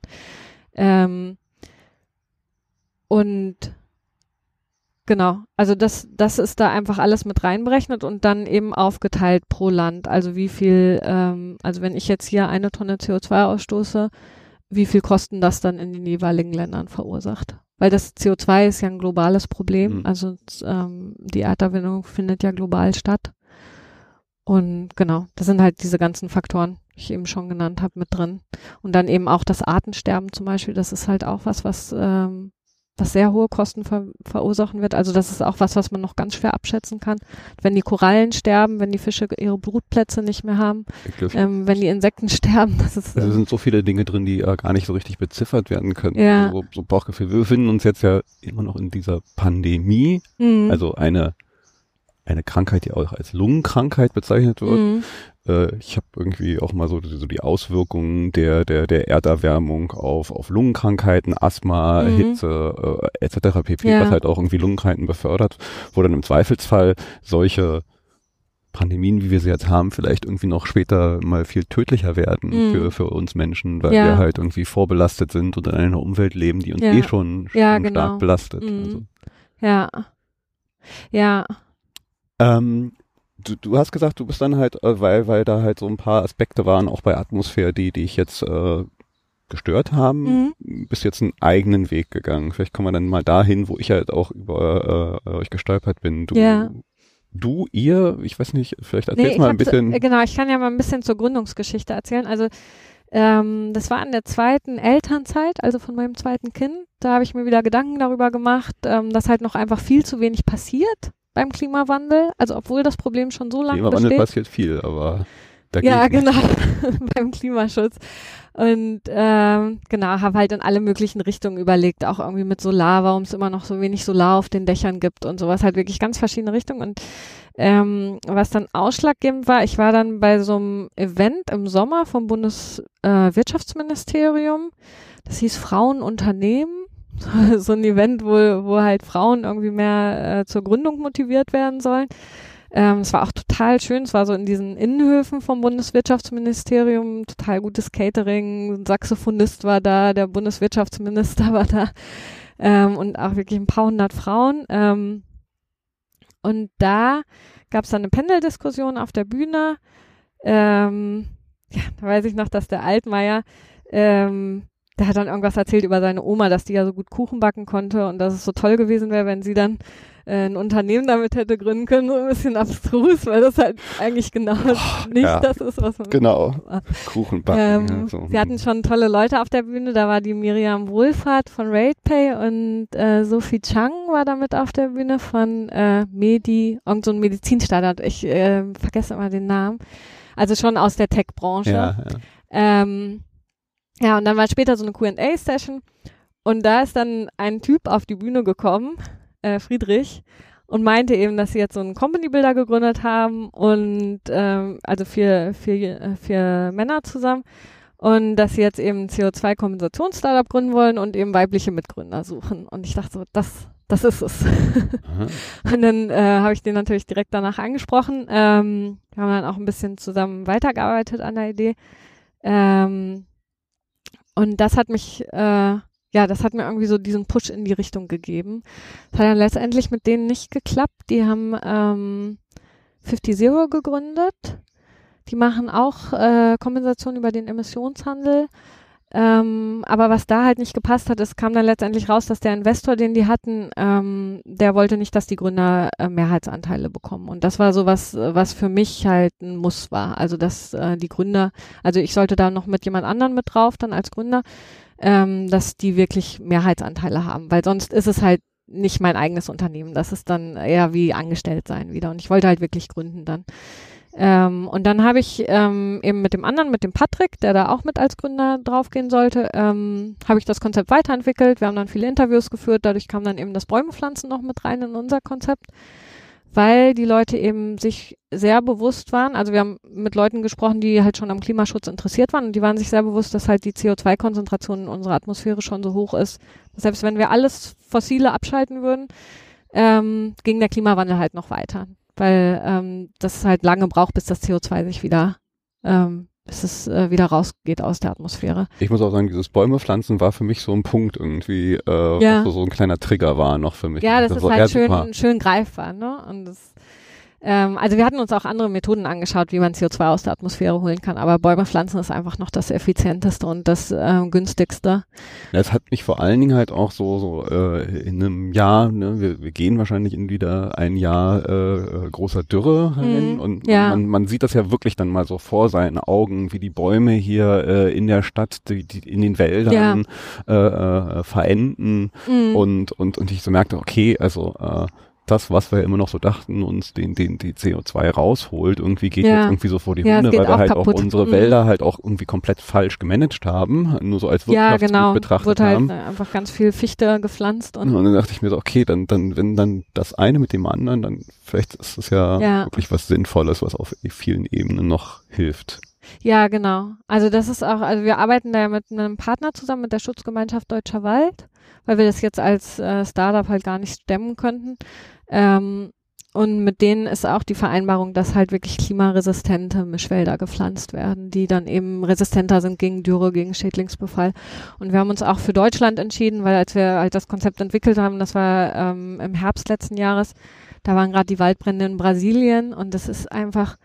Und genau, also das ist da einfach alles mit reinberechnet und dann eben aufgeteilt pro Land. Also wie viel, also wenn ich jetzt hier 1 Tonne CO2 ausstoße, wie viel Kosten das dann in den jeweiligen Ländern verursacht. Weil das CO2 ist ja ein globales Problem, also die Erderwärmung findet ja global statt. Und genau, das sind halt diese ganzen Faktoren, die ich eben schon genannt habe, mit drin. Und dann eben auch das Artensterben zum Beispiel, das ist halt auch was sehr hohe Kosten verursachen wird. Also das ist auch was man noch ganz schwer abschätzen kann. Wenn die Korallen sterben, wenn die Fische ihre Brutplätze nicht mehr haben, wenn die Insekten sterben, das ist... Also sind so viele Dinge drin, die gar nicht so richtig beziffert werden können. Ja. Also so Bauchgefühl. Wir befinden uns jetzt ja immer noch in dieser Pandemie, also eine Krankheit, die auch als Lungenkrankheit bezeichnet wird. Ich habe irgendwie auch mal so die Auswirkungen der Erderwärmung auf Lungenkrankheiten, Asthma, Hitze etc. pp., was halt auch irgendwie Lungenkrankheiten befördert, wo dann im Zweifelsfall solche Pandemien, wie wir sie jetzt haben, vielleicht irgendwie noch später mal viel tödlicher werden für uns Menschen, weil wir halt irgendwie vorbelastet sind und in einer Umwelt leben, die uns schon genau. stark belastet. Also. Ja. Du hast gesagt, du bist dann halt, weil da halt so ein paar Aspekte waren, auch bei Atmosphäre, die dich jetzt gestört haben, bist jetzt einen eigenen Weg gegangen. Vielleicht kommen wir dann mal dahin, wo ich halt auch über euch gestolpert bin. Ihr, ich weiß nicht, vielleicht erzählst mal ein bisschen. Genau, ich kann ja mal ein bisschen zur Gründungsgeschichte erzählen. Also das war in der zweiten Elternzeit, also von meinem zweiten Kind. Da habe ich mir wieder Gedanken darüber gemacht, dass halt noch einfach viel zu wenig passiert beim Klimawandel. Also obwohl das Problem schon so lange besteht. Klimawandel passiert viel, aber ja, genau, beim Klimaschutz. Und genau, habe halt in alle möglichen Richtungen überlegt, auch irgendwie mit Solar, warum es immer noch so wenig Solar auf den Dächern gibt und sowas, halt wirklich ganz verschiedene Richtungen. Und was dann ausschlaggebend war, ich war dann bei so einem Event im Sommer vom Bundeswirtschaftsministerium, das hieß Frauenunternehmen, so ein Event, wo halt Frauen irgendwie mehr zur Gründung motiviert werden sollen. Es war auch total schön, es war so in diesen Innenhöfen vom Bundeswirtschaftsministerium, total gutes Catering, ein Saxophonist war da, der Bundeswirtschaftsminister war da und auch wirklich ein paar hundert Frauen. Und da gab es dann eine Panel-Diskussion auf der Bühne. Da weiß ich noch, dass der Altmaier, der hat dann irgendwas erzählt über seine Oma, dass die ja so gut Kuchen backen konnte und dass es so toll gewesen wäre, wenn sie dann ein Unternehmen damit hätte gründen können, so ein bisschen abstrus, weil das halt eigentlich genau das ist, was man... Genau, Kuchen backen. Wir hatten schon tolle Leute auf der Bühne, da war die Miriam Wohlfahrt von RatePay und Sophie Chang war da mit auf der Bühne von irgend so ein Medizinstartup, ich vergesse immer den Namen, also schon aus der Tech-Branche. Ja, und dann war später so eine Q&A-Session und da ist dann ein Typ auf die Bühne gekommen, Friedrich, und meinte eben, dass sie jetzt so einen Company-Builder gegründet haben und also vier Männer zusammen und dass sie jetzt eben ein CO2-Kompensations-Startup gründen wollen und eben weibliche Mitgründer suchen. Und ich dachte so, das ist es. Und dann habe ich den natürlich direkt danach angesprochen. Wir haben dann auch ein bisschen zusammen weitergearbeitet an der Idee. Und das hat mich, das hat mir irgendwie so diesen Push in die Richtung gegeben. Das hat dann letztendlich mit denen nicht geklappt. Die haben 50 gegründet. Die machen auch Kompensation über den Emissionshandel. Aber was da halt nicht gepasst hat, es kam dann letztendlich raus, dass der Investor, den die hatten, der wollte nicht, dass die Gründer Mehrheitsanteile bekommen. Und das war so was für mich halt ein Muss war. Also dass die Gründer, also ich sollte da noch mit jemand anderen mit drauf, dann als Gründer, dass die wirklich Mehrheitsanteile haben. Weil sonst ist es halt nicht mein eigenes Unternehmen. Das ist dann eher wie angestellt sein wieder. Und ich wollte halt wirklich gründen dann. Und dann habe ich eben mit dem Patrick, der da auch mit als Gründer draufgehen sollte, habe ich das Konzept weiterentwickelt. Wir haben dann viele Interviews geführt, dadurch kam dann eben das Bäumepflanzen noch mit rein in unser Konzept, weil die Leute eben sich sehr bewusst waren, also wir haben mit Leuten gesprochen, die halt schon am Klimaschutz interessiert waren und die waren sich sehr bewusst, dass halt die CO2-Konzentration in unserer Atmosphäre schon so hoch ist. Selbst wenn wir alles Fossile abschalten würden, ging der Klimawandel halt noch weiter. Weil das halt lange braucht, bis das CO2 sich wieder, bis es wieder rausgeht aus der Atmosphäre. Ich muss auch sagen, dieses Bäume pflanzen war für mich so ein Punkt irgendwie, was so ein kleiner Trigger war noch für mich. Ja, das ist halt schön greifbar, ne? Und das, also wir hatten uns auch andere Methoden angeschaut, wie man CO2 aus der Atmosphäre holen kann, aber Bäume pflanzen ist einfach noch das effizienteste und das günstigste. Ja, es hat mich vor allen Dingen halt auch so in einem Jahr, ne, wir gehen wahrscheinlich in wieder ein Jahr großer Dürre rein und man sieht das ja wirklich dann mal so vor seinen Augen, wie die Bäume hier in der Stadt, die in den Wäldern verenden und ich so merkte, okay, also das, was wir immer noch so dachten, uns die CO2 rausholt, irgendwie geht jetzt irgendwie so vor die Hunde, weil wir halt kaputt. Auch unsere Wälder halt auch irgendwie komplett falsch gemanagt haben, nur so als Wirtschaftsgut betrachtet wurde haben. Halt einfach ganz viel Fichte gepflanzt. Und dann dachte ich mir so, okay, dann wenn dann das eine mit dem anderen, dann vielleicht ist es ja wirklich was Sinnvolles, was auf vielen Ebenen noch hilft. Ja, genau. Also das ist auch, also wir arbeiten da ja mit einem Partner zusammen, mit der Schutzgemeinschaft Deutscher Wald, weil wir das jetzt als Startup halt gar nicht stemmen könnten. Und mit denen ist auch die Vereinbarung, dass halt wirklich klimaresistente Mischwälder gepflanzt werden, die dann eben resistenter sind gegen Dürre, gegen Schädlingsbefall. Und wir haben uns auch für Deutschland entschieden, weil als wir halt das Konzept entwickelt haben, das war im Herbst letzten Jahres, da waren gerade die Waldbrände in Brasilien und das ist einfach,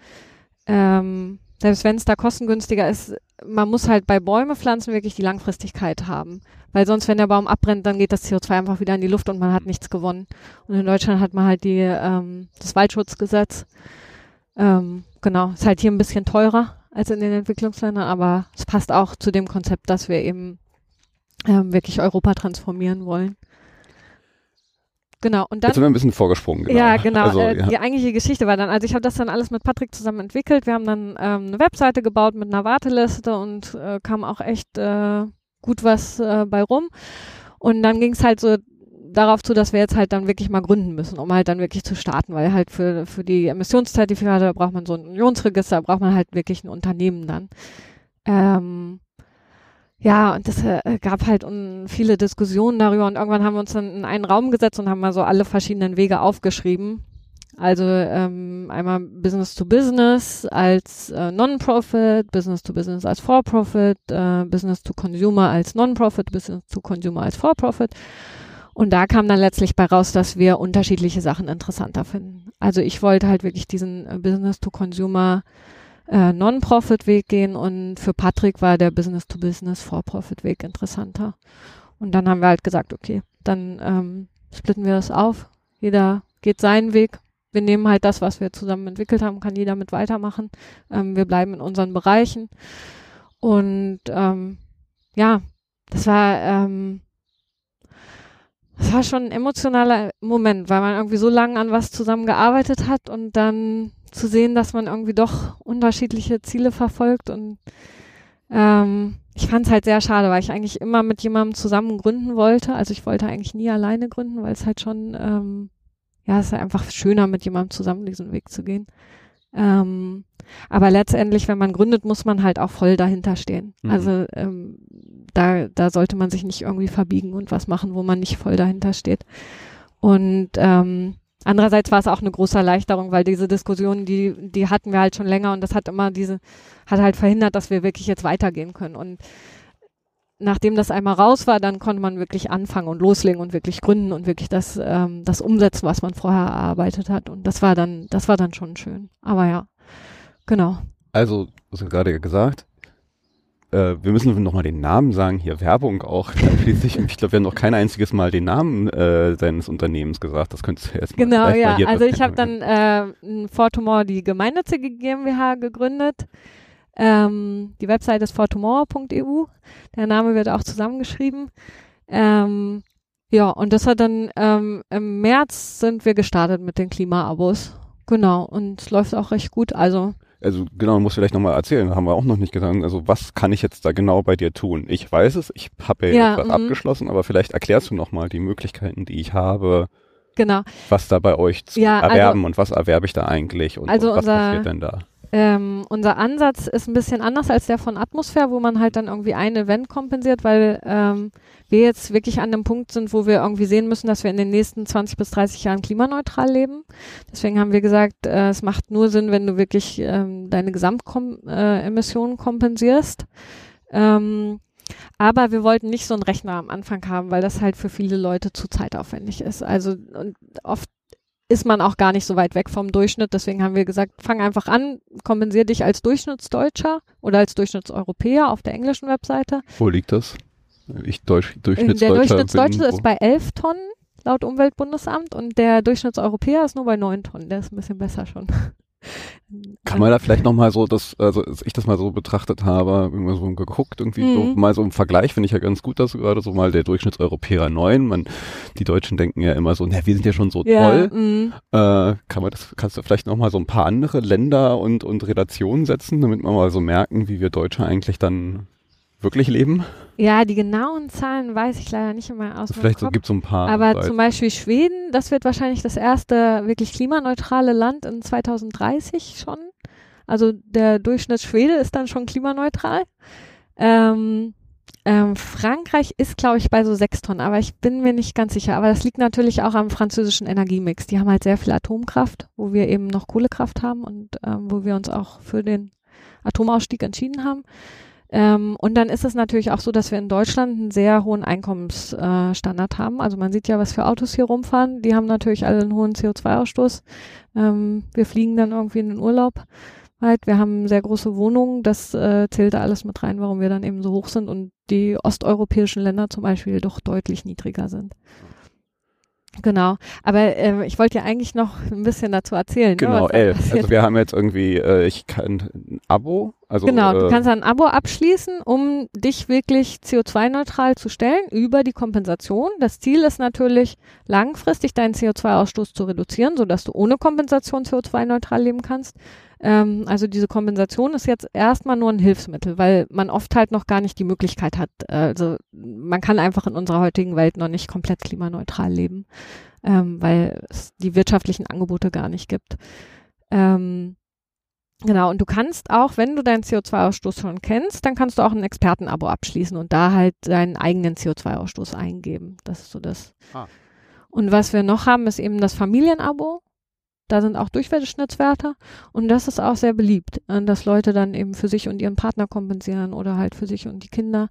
selbst wenn es da kostengünstiger ist, man muss halt bei Bäume pflanzen wirklich die Langfristigkeit haben. Weil sonst, wenn der Baum abbrennt, dann geht das CO2 einfach wieder in die Luft und man hat nichts gewonnen. Und in Deutschland hat man halt das Waldschutzgesetz. Genau, ist halt hier ein bisschen teurer als in den Entwicklungsländern, aber es passt auch zu dem Konzept, dass wir eben wirklich Europa transformieren wollen. Genau. Und dann, jetzt sind wir ein bisschen vorgesprungen. Genau. Ja, genau. Also, die eigentliche Geschichte war dann, also ich habe das dann alles mit Patrick zusammen entwickelt. Wir haben dann eine Webseite gebaut mit einer Warteliste und kam auch echt gut was bei rum. Und dann ging es halt so darauf zu, dass wir jetzt halt dann wirklich mal gründen müssen, um halt dann wirklich zu starten, weil halt für die Emissionszertifikate braucht man so ein Unionsregister, braucht man halt wirklich ein Unternehmen dann. Ja, und das gab halt viele Diskussionen darüber und irgendwann haben wir uns dann in einen Raum gesetzt und haben mal so alle verschiedenen Wege aufgeschrieben. Also einmal Business to Business als Non-Profit, Business to Business als For-Profit, Business to Consumer als Non-Profit, Business to Consumer als For-Profit. Und da kam dann letztlich bei raus, dass wir unterschiedliche Sachen interessanter finden. Also ich wollte halt wirklich diesen Business to Consumer Non-Profit-Weg gehen und für Patrick war der Business-to-Business For-Profit-Weg interessanter. Und dann haben wir halt gesagt, okay, dann splitten wir das auf. Jeder geht seinen Weg. Wir nehmen halt das, was wir zusammen entwickelt haben, kann jeder mit weitermachen. Wir bleiben in unseren Bereichen. Und ja, das war schon ein emotionaler Moment, weil man irgendwie so lange an was zusammengearbeitet hat und dann zu sehen, dass man irgendwie doch unterschiedliche Ziele verfolgt und ich fand es halt sehr schade, weil ich eigentlich immer mit jemandem zusammen gründen wollte. Also ich wollte eigentlich nie alleine gründen, weil es halt schon, es ist einfach schöner, mit jemandem zusammen diesen Weg zu gehen. Aber letztendlich, wenn man gründet, muss man halt auch voll dahinter stehen. Mhm. Also da sollte man sich nicht irgendwie verbiegen und was machen, wo man nicht voll dahinter steht. Und andererseits war es auch eine große Erleichterung, weil diese Diskussionen, die hatten wir halt schon länger und das hat halt verhindert, dass wir wirklich jetzt weitergehen können. Und nachdem das einmal raus war, dann konnte man wirklich anfangen und loslegen und wirklich gründen und wirklich das umsetzen, was man vorher erarbeitet hat. Und das war dann schon schön. Aber ja, genau. Also, du hast ja gerade gesagt, wir müssen nochmal den Namen sagen, hier Werbung auch. Schließlich, ich glaube, wir haben noch kein einziges Mal den Namen seines Unternehmens gesagt. Das könntest du erst mal. Genau, ja. Also ich habe dann For2More die gemeinnützige GmbH gegründet. Die Website ist for2more.eu. Der Name wird auch zusammengeschrieben. Ja, und das hat dann im März sind wir gestartet mit den Klimaabos. Genau, und es läuft auch recht gut. Also genau, du musst vielleicht nochmal erzählen, haben wir auch noch nicht gesagt. Also was kann ich jetzt da genau bei dir tun? Ich weiß es, ich habe ja jetzt was abgeschlossen, aber vielleicht erklärst du nochmal die Möglichkeiten, die ich habe, genau. was da bei euch zu erwerben und was erwerbe ich da eigentlich und was passiert denn da? Unser Ansatz ist ein bisschen anders als der von Atmosphäre, wo man halt dann irgendwie ein Event kompensiert, weil wir jetzt wirklich an dem Punkt sind, wo wir irgendwie sehen müssen, dass wir in den nächsten 20 bis 30 Jahren klimaneutral leben. Deswegen haben wir gesagt, es macht nur Sinn, wenn du wirklich deine Gesamtemissionen kompensierst. Aber wir wollten nicht so einen Rechner am Anfang haben, weil das halt für viele Leute zu zeitaufwendig ist. Also und oft ist man auch gar nicht so weit weg vom Durchschnitt. Deswegen haben wir gesagt, fang einfach an, kompensier dich als Durchschnittsdeutscher oder als Durchschnittseuropäer auf der englischen Webseite. Wo liegt das? Durchschnittsdeutscher der Durchschnittsdeutsche ist bei 11 Tonnen laut Umweltbundesamt und der Durchschnittseuropäer ist nur bei 9 Tonnen. Der ist ein bisschen besser schon. Kann man da vielleicht nochmal so, als ich das mal so betrachtet habe, immer so geguckt, irgendwie so mal so im Vergleich, finde ich ja ganz gut, dass gerade so mal der Durchschnittseuropäer 9, die Deutschen denken ja immer so, wir sind ja schon so toll. Kannst du vielleicht nochmal so ein paar andere Länder und Relationen setzen, damit wir mal so merken, wie wir Deutsche eigentlich dann wirklich leben? Ja, die genauen Zahlen weiß ich leider nicht immer aus. Vielleicht so, gibt es so ein paar. Aber zum Beispiel Schweden, das wird wahrscheinlich das erste wirklich klimaneutrale Land in 2030 schon. Also der Durchschnitt Schwede ist dann schon klimaneutral. Frankreich ist, glaube ich, bei so 6 Tonnen, aber ich bin mir nicht ganz sicher. Aber das liegt natürlich auch am französischen Energiemix. Die haben halt sehr viel Atomkraft, wo wir eben noch Kohlekraft haben und wo wir uns auch für den Atomausstieg entschieden haben. Und dann ist es natürlich auch so, dass wir in Deutschland einen sehr hohen Einkommensstandard haben. Also man sieht ja, was für Autos hier rumfahren. Die haben natürlich alle einen hohen CO2-Ausstoß. Wir fliegen dann irgendwie in den Urlaub. Wir haben sehr große Wohnungen. Das zählt da alles mit rein, warum wir dann eben so hoch sind und die osteuropäischen Länder zum Beispiel doch deutlich niedriger sind. Genau, aber ich wollte ja eigentlich noch ein bisschen dazu erzählen. Genau, ne, also wir haben jetzt irgendwie, ich kann ein Abo. Also, genau, du kannst ein Abo abschließen, um dich wirklich CO2-neutral zu stellen über die Kompensation. Das Ziel ist natürlich langfristig deinen CO2-Ausstoß zu reduzieren, sodass du ohne Kompensation CO2-neutral leben kannst. Also diese Kompensation ist jetzt erstmal nur ein Hilfsmittel, weil man oft halt noch gar nicht die Möglichkeit hat. Also man kann einfach in unserer heutigen Welt noch nicht komplett klimaneutral leben, weil es die wirtschaftlichen Angebote gar nicht gibt. Genau, und du kannst auch, wenn du deinen CO2-Ausstoß schon kennst, dann kannst du auch ein Expertenabo abschließen und da halt deinen eigenen CO2-Ausstoß eingeben. Das ist so das. Und was wir noch haben, ist eben das Familienabo. Da sind auch Durchschnittswerte und das ist auch sehr beliebt, dass Leute dann eben für sich und ihren Partner kompensieren oder halt für sich und die Kinder.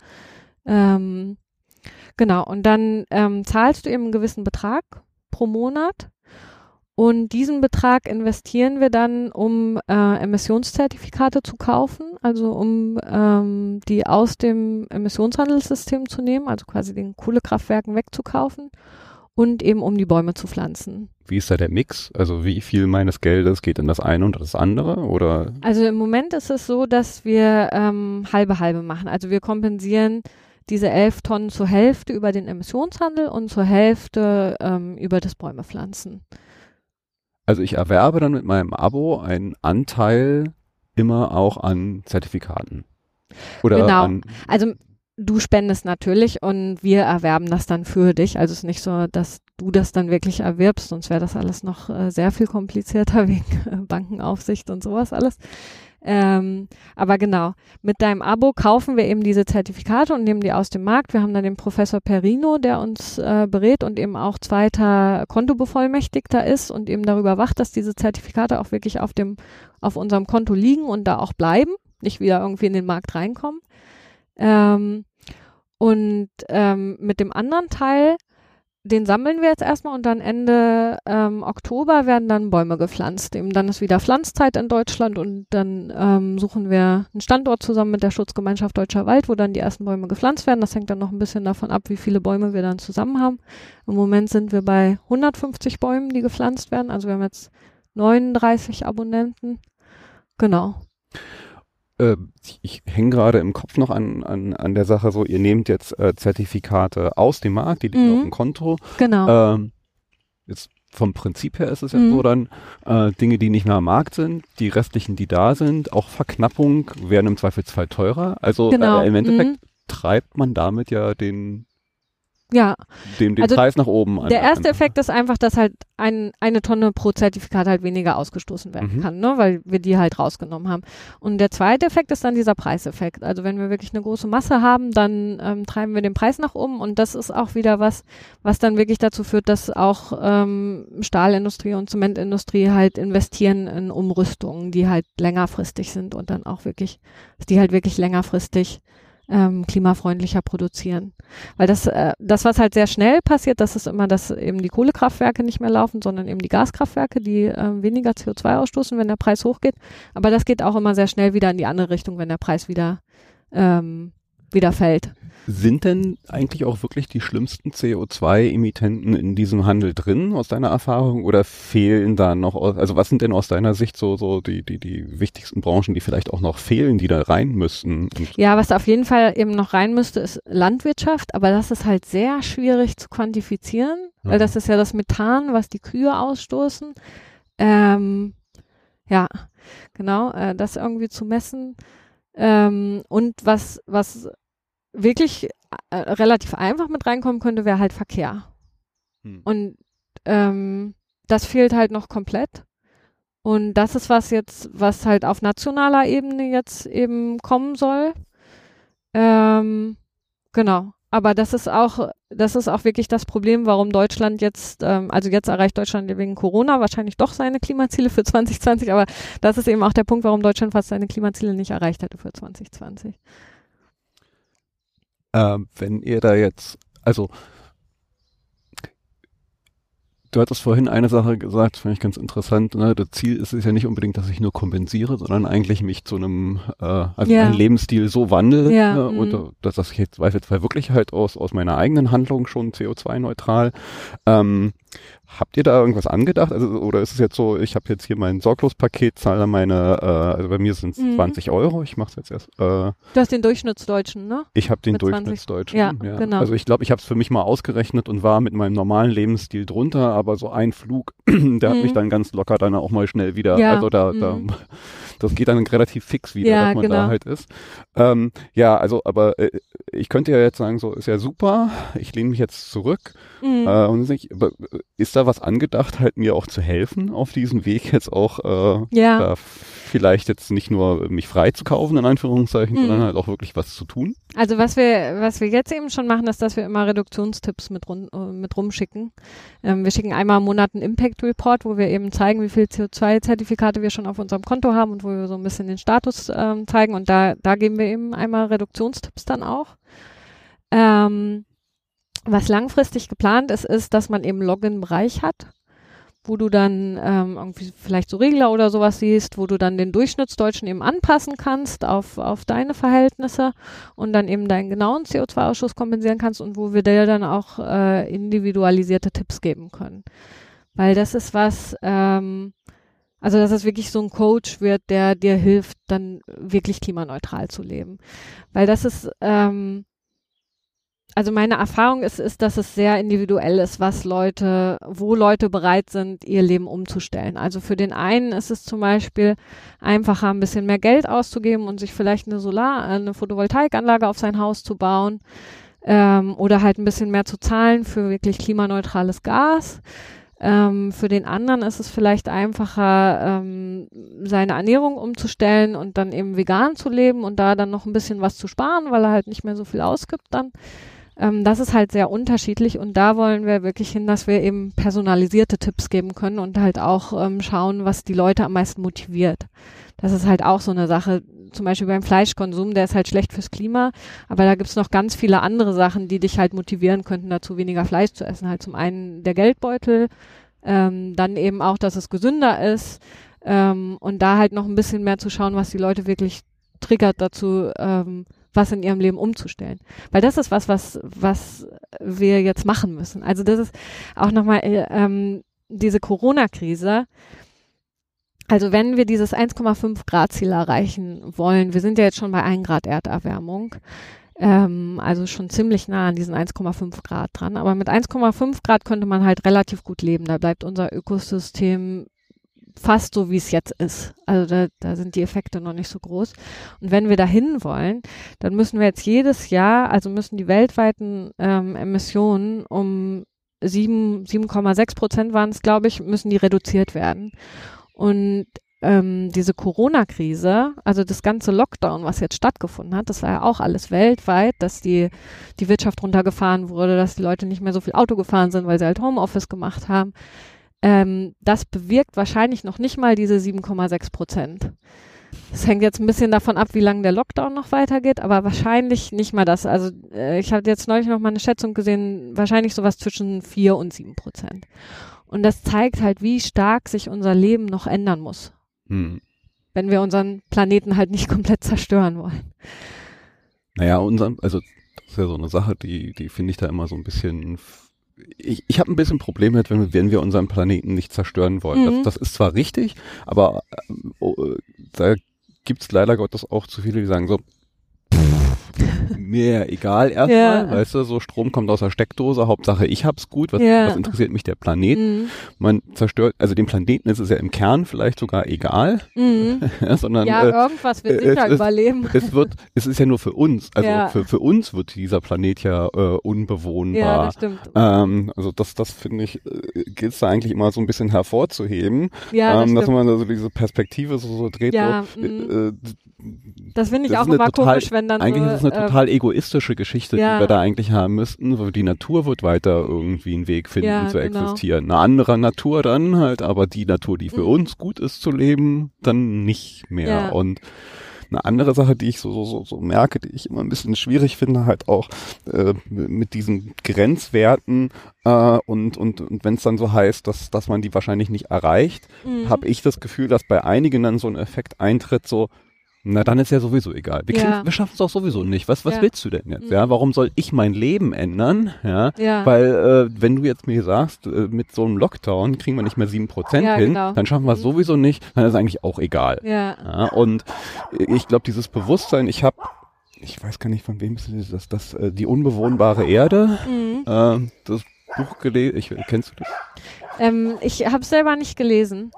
Genau, und dann zahlst du eben einen gewissen Betrag pro Monat und diesen Betrag investieren wir dann, um Emissionszertifikate zu kaufen, also um die aus dem Emissionshandelssystem zu nehmen, also quasi den Kohlekraftwerken wegzukaufen und eben um die Bäume zu pflanzen. Wie ist da der Mix? Also wie viel meines Geldes geht in das eine und das andere? Oder? Also im Moment ist es so, dass wir halbe machen. Also wir kompensieren diese 11 Tonnen zur Hälfte über den Emissionshandel und zur Hälfte über das Bäumepflanzen. Also ich erwerbe dann mit meinem Abo einen Anteil immer auch an Zertifikaten. Oder genau. Also du spendest natürlich und wir erwerben das dann für dich. Also es ist nicht so, dass du das dann wirklich erwirbst, sonst wäre das alles noch sehr viel komplizierter wegen Bankenaufsicht und sowas alles. Aber genau, mit deinem Abo kaufen wir eben diese Zertifikate und nehmen die aus dem Markt. Wir haben dann den Professor Perino, der uns berät und eben auch zweiter Kontobevollmächtigter ist und eben darüber wacht, dass diese Zertifikate auch wirklich auf unserem Konto liegen und da auch bleiben, nicht wieder irgendwie in den Markt reinkommen. Mit dem anderen Teil, den sammeln wir jetzt erstmal und dann Ende Oktober werden dann Bäume gepflanzt. Eben dann ist wieder Pflanzzeit in Deutschland und dann suchen wir einen Standort zusammen mit der Schutzgemeinschaft Deutscher Wald, wo dann die ersten Bäume gepflanzt werden. Das hängt dann noch ein bisschen davon ab, wie viele Bäume wir dann zusammen haben. Im Moment sind wir bei 150 Bäumen, die gepflanzt werden. Also wir haben jetzt 39 Abonnenten. Genau. Ich hänge gerade im Kopf noch an der Sache so, ihr nehmt jetzt Zertifikate aus dem Markt, die liegen auf dem Konto. Genau. Jetzt vom Prinzip her ist es ja so dann, Dinge, die nicht mehr am Markt sind, die restlichen, die da sind, auch Verknappung werden im Zweifelsfall teurer. Also Genau. im Endeffekt treibt man damit ja den also Preis nach oben. Der erste Effekt ist einfach, dass halt eine Tonne pro Zertifikat halt weniger ausgestoßen werden kann, ne, weil wir die halt rausgenommen haben. Und der zweite Effekt ist dann dieser Preiseffekt. Also wenn wir wirklich eine große Masse haben, dann treiben wir den Preis nach oben und das ist auch wieder was dann wirklich dazu führt, dass auch Stahlindustrie und Zementindustrie halt investieren in Umrüstungen, die halt längerfristig sind und dann auch wirklich, die halt wirklich längerfristig klimafreundlicher produzieren. Weil das, was halt sehr schnell passiert, das ist immer, dass eben die Kohlekraftwerke nicht mehr laufen, sondern eben die Gaskraftwerke, die weniger CO2 ausstoßen, wenn der Preis hochgeht. Aber das geht auch immer sehr schnell wieder in die andere Richtung, wenn der Preis wieder fällt. Sind denn eigentlich auch wirklich die schlimmsten CO2-Emittenten in diesem Handel drin, aus deiner Erfahrung, oder fehlen da noch, also was sind denn aus deiner Sicht so die wichtigsten Branchen, die vielleicht auch noch fehlen, die da rein müssten? Ja, was da auf jeden Fall eben noch rein müsste, ist Landwirtschaft, aber das ist halt sehr schwierig zu quantifizieren, weil das ist ja das Methan, was die Kühe ausstoßen. Ja, genau, das irgendwie zu messen. Und was wirklich relativ einfach mit reinkommen könnte, wäre halt Verkehr. Und das fehlt halt noch komplett. Und das ist was halt auf nationaler Ebene jetzt eben kommen soll. Genau. Aber das ist auch wirklich das Problem, warum Deutschland jetzt, also jetzt erreicht Deutschland wegen Corona wahrscheinlich doch seine Klimaziele für 2020, aber das ist eben auch der Punkt, warum Deutschland fast seine Klimaziele nicht erreicht hätte für 2020. Wenn ihr da jetzt, also du hattest vorhin eine Sache gesagt, finde ich ganz interessant, ne? Das Ziel ist es ja nicht unbedingt, dass ich nur kompensiere, sondern eigentlich mich zu einem einen Lebensstil so wandle und dass ich jetzt wirklich halt aus meiner eigenen Handlung schon CO2-neutral. Habt ihr da irgendwas angedacht? Also, oder ist es jetzt so, ich habe jetzt hier mein Sorglos-Paket, zahle meine, also bei mir sind es 20 Euro, ich mache es jetzt erst. Du hast den Durchschnittsdeutschen, ne? Ich habe den Durchschnittsdeutschen, ja. Genau. Also ich glaube, ich habe es für mich mal ausgerechnet und war mit meinem normalen Lebensstil drunter, aber so ein Flug, der hat mich dann ganz locker dann auch mal schnell wieder, also das geht dann relativ fix wieder, dass man da halt ist. Aber ich könnte ja jetzt sagen, so ist ja super, ich lehne mich jetzt zurück und ist da was angedacht, halt mir auch zu helfen auf diesem Weg jetzt auch vielleicht jetzt nicht nur mich frei zu kaufen, in Anführungszeichen, sondern halt auch wirklich was zu tun? Also was wir jetzt eben schon machen, ist, dass wir immer Reduktionstipps mit rumschicken. Wir schicken einmal im Monat einen Impact Report, wo wir eben zeigen, wie viel CO2-Zertifikate wir schon auf unserem Konto haben und wo wir so ein bisschen den Status zeigen. Und da geben wir eben einmal Reduktionstipps dann auch. Was langfristig geplant ist, dass man eben Login-Bereich hat, wo du dann irgendwie vielleicht so Regler oder sowas siehst, wo du dann den Durchschnittsdeutschen eben anpassen kannst auf deine Verhältnisse und dann eben deinen genauen CO2-Ausschuss kompensieren kannst und wo wir dir dann auch individualisierte Tipps geben können. Weil das ist was, also dass es wirklich so ein Coach wird, der dir hilft, dann wirklich klimaneutral zu leben. Weil das ist, also meine Erfahrung ist, dass es sehr individuell ist, wo Leute bereit sind, ihr Leben umzustellen. Also für den einen ist es zum Beispiel einfacher, ein bisschen mehr Geld auszugeben und sich vielleicht eine Photovoltaikanlage auf sein Haus zu bauen, oder halt ein bisschen mehr zu zahlen für wirklich klimaneutrales Gas. Für den anderen ist es vielleicht einfacher, seine Ernährung umzustellen und dann eben vegan zu leben und da dann noch ein bisschen was zu sparen, weil er halt nicht mehr so viel ausgibt dann. Das ist halt sehr unterschiedlich und da wollen wir wirklich hin, dass wir eben personalisierte Tipps geben können und halt auch schauen, was die Leute am meisten motiviert. Das ist halt auch so eine Sache, zum Beispiel beim Fleischkonsum, der ist halt schlecht fürs Klima, aber da gibt's noch ganz viele andere Sachen, die dich halt motivieren könnten, dazu weniger Fleisch zu essen. Halt zum einen der Geldbeutel, dann eben auch, dass es gesünder ist und da halt noch ein bisschen mehr zu schauen, was die Leute wirklich triggert dazu, was in ihrem Leben umzustellen. Weil das ist was wir jetzt machen müssen. Also das ist auch nochmal diese Corona-Krise. Also wenn wir dieses 1,5 Grad Ziel erreichen wollen, wir sind ja jetzt schon bei 1 Grad Erderwärmung, Also schon ziemlich nah an diesen 1,5 Grad dran. Aber mit 1,5 Grad könnte man halt relativ gut leben. Da bleibt unser Ökosystem fast so, wie es jetzt ist. Also da sind die Effekte noch nicht so groß. Und wenn wir dahin wollen, dann müssen wir jetzt jedes Jahr, also müssen die weltweiten Emissionen um 7,6% waren es, glaube ich, müssen die reduziert werden. Und diese Corona-Krise, also das ganze Lockdown, was jetzt stattgefunden hat, das war ja auch alles weltweit, dass die Wirtschaft runtergefahren wurde, dass die Leute nicht mehr so viel Auto gefahren sind, weil sie halt Homeoffice gemacht haben. Das bewirkt wahrscheinlich noch nicht mal diese 7,6%. Das hängt jetzt ein bisschen davon ab, wie lange der Lockdown noch weitergeht, aber wahrscheinlich nicht mal das. Also ich habe jetzt neulich noch mal eine Schätzung gesehen, wahrscheinlich sowas zwischen 4 und 7%. Und das zeigt halt, wie stark sich unser Leben noch ändern muss. Wenn wir unseren Planeten halt nicht komplett zerstören wollen. Naja, also das ist ja so eine Sache, die finde ich da immer so ein bisschen, ich habe ein bisschen Problem mit, wenn wir unseren Planeten nicht zerstören wollen. Das ist zwar richtig, aber da gibt's leider Gottes auch zu viele, die sagen so, mir egal erstmal, weißt du, so Strom kommt aus der Steckdose, Hauptsache ich hab's gut, was interessiert mich der Planet? Man zerstört, also dem Planeten ist es ja im Kern vielleicht sogar egal, sondern irgendwas wird sicher überleben. Es ist ja nur für uns, also für uns wird dieser Planet ja unbewohnbar. Ja, das stimmt. Also das finde ich, gilt es da eigentlich immer so ein bisschen hervorzuheben, dass man also diese Perspektive so dreht. Ja, so, das finde ich auch immer komisch, wenn dann eigentlich ist es eine total egoistische Geschichte, die wir da eigentlich haben müssten, weil die Natur wird weiter irgendwie einen Weg finden zu existieren. Eine andere Natur dann halt, aber die Natur, die für uns gut ist zu leben, dann nicht mehr. Ja. Und eine andere Sache, die ich so merke, die ich immer ein bisschen schwierig finde, halt auch mit diesen Grenzwerten und wenn es dann so heißt, dass man die wahrscheinlich nicht erreicht, habe ich das Gefühl, dass bei einigen dann so ein Effekt eintritt, so, na, dann ist ja sowieso egal. Wir schaffen es auch sowieso nicht. Was willst du denn jetzt? Ja, warum soll ich mein Leben ändern? Ja, weil wenn du jetzt mir sagst, mit so einem Lockdown kriegen wir nicht mehr 7% hin, dann schaffen wir es sowieso nicht, dann ist es eigentlich auch egal. Ja, und ich glaube, dieses Bewusstsein, ich weiß gar nicht, von wem ist das, die unbewohnbare Erde, das Buch gelesen, kennst du das? Ich habe es selber nicht gelesen.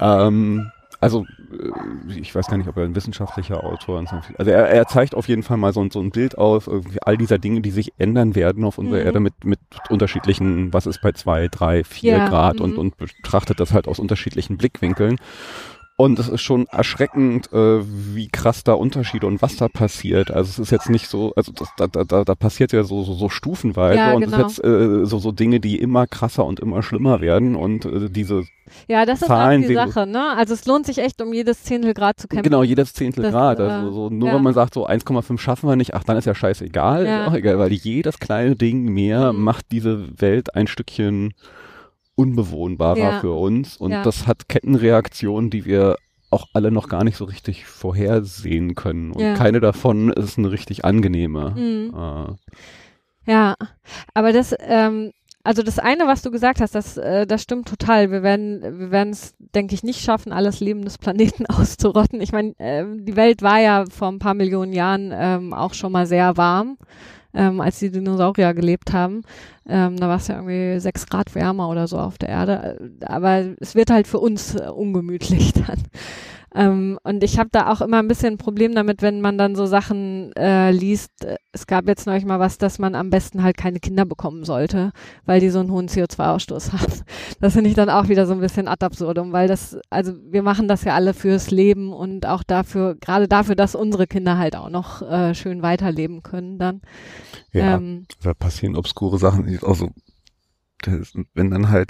Also ich weiß gar nicht, ob er ein wissenschaftlicher Autor ist. Also er zeigt auf jeden Fall mal so ein Bild aus, irgendwie all dieser Dinge, die sich ändern werden auf unserer Erde mit unterschiedlichen, was ist bei 2, 3, 4 Grad und betrachtet das halt aus unterschiedlichen Blickwinkeln. Und es ist schon erschreckend, wie krass da Unterschiede und was da passiert. Also es ist jetzt nicht so, also da passiert ja so stufenweise und es ist jetzt so Dinge, die immer krasser und immer schlimmer werden und diese das Zahlen ist auch die Sache, ne? Also es lohnt sich echt, um jedes Zehntelgrad zu kämpfen. Genau, jedes Zehntelgrad. Also so, nur wenn man sagt, so 1,5 schaffen wir nicht, ach, dann ist ja scheißegal. Ist auch egal, weil jedes kleine Ding mehr macht diese Welt ein Stückchen unbewohnbarer für uns und das hat Kettenreaktionen, die wir auch alle noch gar nicht so richtig vorhersehen können und keine davon ist eine richtig angenehme. Ja, aber das also das eine, was du gesagt hast, das stimmt total. Wir werden es, denke ich, nicht schaffen, alles Leben des Planeten auszurotten. Ich meine, die Welt war ja vor ein paar Millionen Jahren auch schon mal sehr warm, als die Dinosaurier gelebt haben. Da war es ja irgendwie 6 Grad wärmer oder so auf der Erde. Aber es wird halt für uns ungemütlich dann. Und ich habe da auch immer ein bisschen ein Problem damit, wenn man dann so Sachen liest. Es gab jetzt neulich mal was, dass man am besten halt keine Kinder bekommen sollte, weil die so einen hohen CO2-Ausstoß haben. Das finde ich dann auch wieder so ein bisschen ad absurdum, weil also wir machen das ja alle fürs Leben und auch gerade dafür, dass unsere Kinder halt auch noch schön weiterleben können dann. Ja, da passieren obskure Sachen. Also, wenn dann halt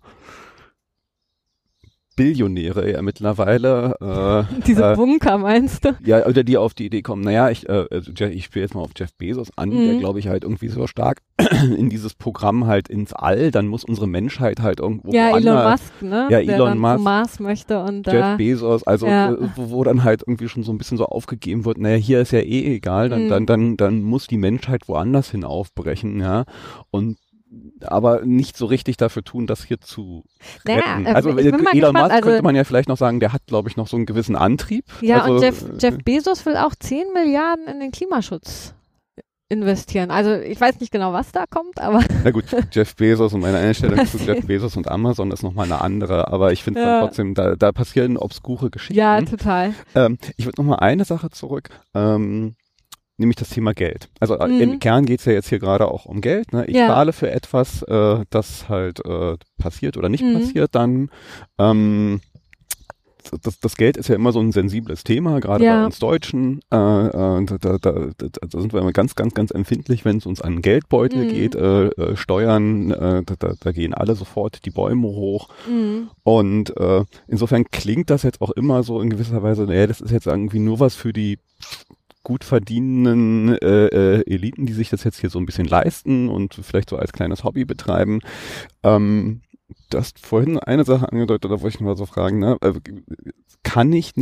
Billionäre ja mittlerweile. Diese Bunker meinst du? Ja, oder die auf die Idee kommen, naja, ich spiele jetzt mal auf Jeff Bezos an, der glaube ich halt irgendwie so stark in dieses Programm halt ins All, dann muss unsere Menschheit halt irgendwo Elon Musk, ne? Ja, der Elon dann Musk, zum Mars möchte und Jeff Bezos, also wo dann halt irgendwie schon so ein bisschen so aufgegeben wird, naja, hier ist ja eh egal, dann muss die Menschheit woanders hin aufbrechen, ja, und aber nicht so richtig dafür tun, das hier zu retten. Also Elon Musk könnte man ja vielleicht noch sagen, der hat, glaube ich, noch so einen gewissen Antrieb. Ja, also, und Jeff Bezos will auch 10 Milliarden in den Klimaschutz investieren. Also ich weiß nicht genau, was da kommt, aber Na gut, Jeff Bezos und meine Einstellung zu Jeff Bezos und Amazon ist nochmal eine andere, aber ich finde dann trotzdem, da passieren obskure Geschichten. Ja, total. Ich würde nochmal eine Sache zurück, nämlich das Thema Geld. Also im Kern geht's ja jetzt hier gerade auch um Geld. Ne? Ich zahle für etwas, das halt passiert oder nicht passiert, dann das Geld ist ja immer so ein sensibles Thema, gerade bei uns Deutschen. Da sind wir immer ganz, ganz, ganz empfindlich, wenn es uns an Geldbeutel geht. Steuern, da gehen alle sofort die Bäume hoch. Und insofern klingt das jetzt auch immer so in gewisser Weise, naja, das ist jetzt irgendwie nur was für die gut verdienenden Eliten, die sich das jetzt hier so ein bisschen leisten und vielleicht so als kleines Hobby betreiben. Du hast vorhin eine Sache angedeutet, da wollte ich mal so fragen, ne? Kann ich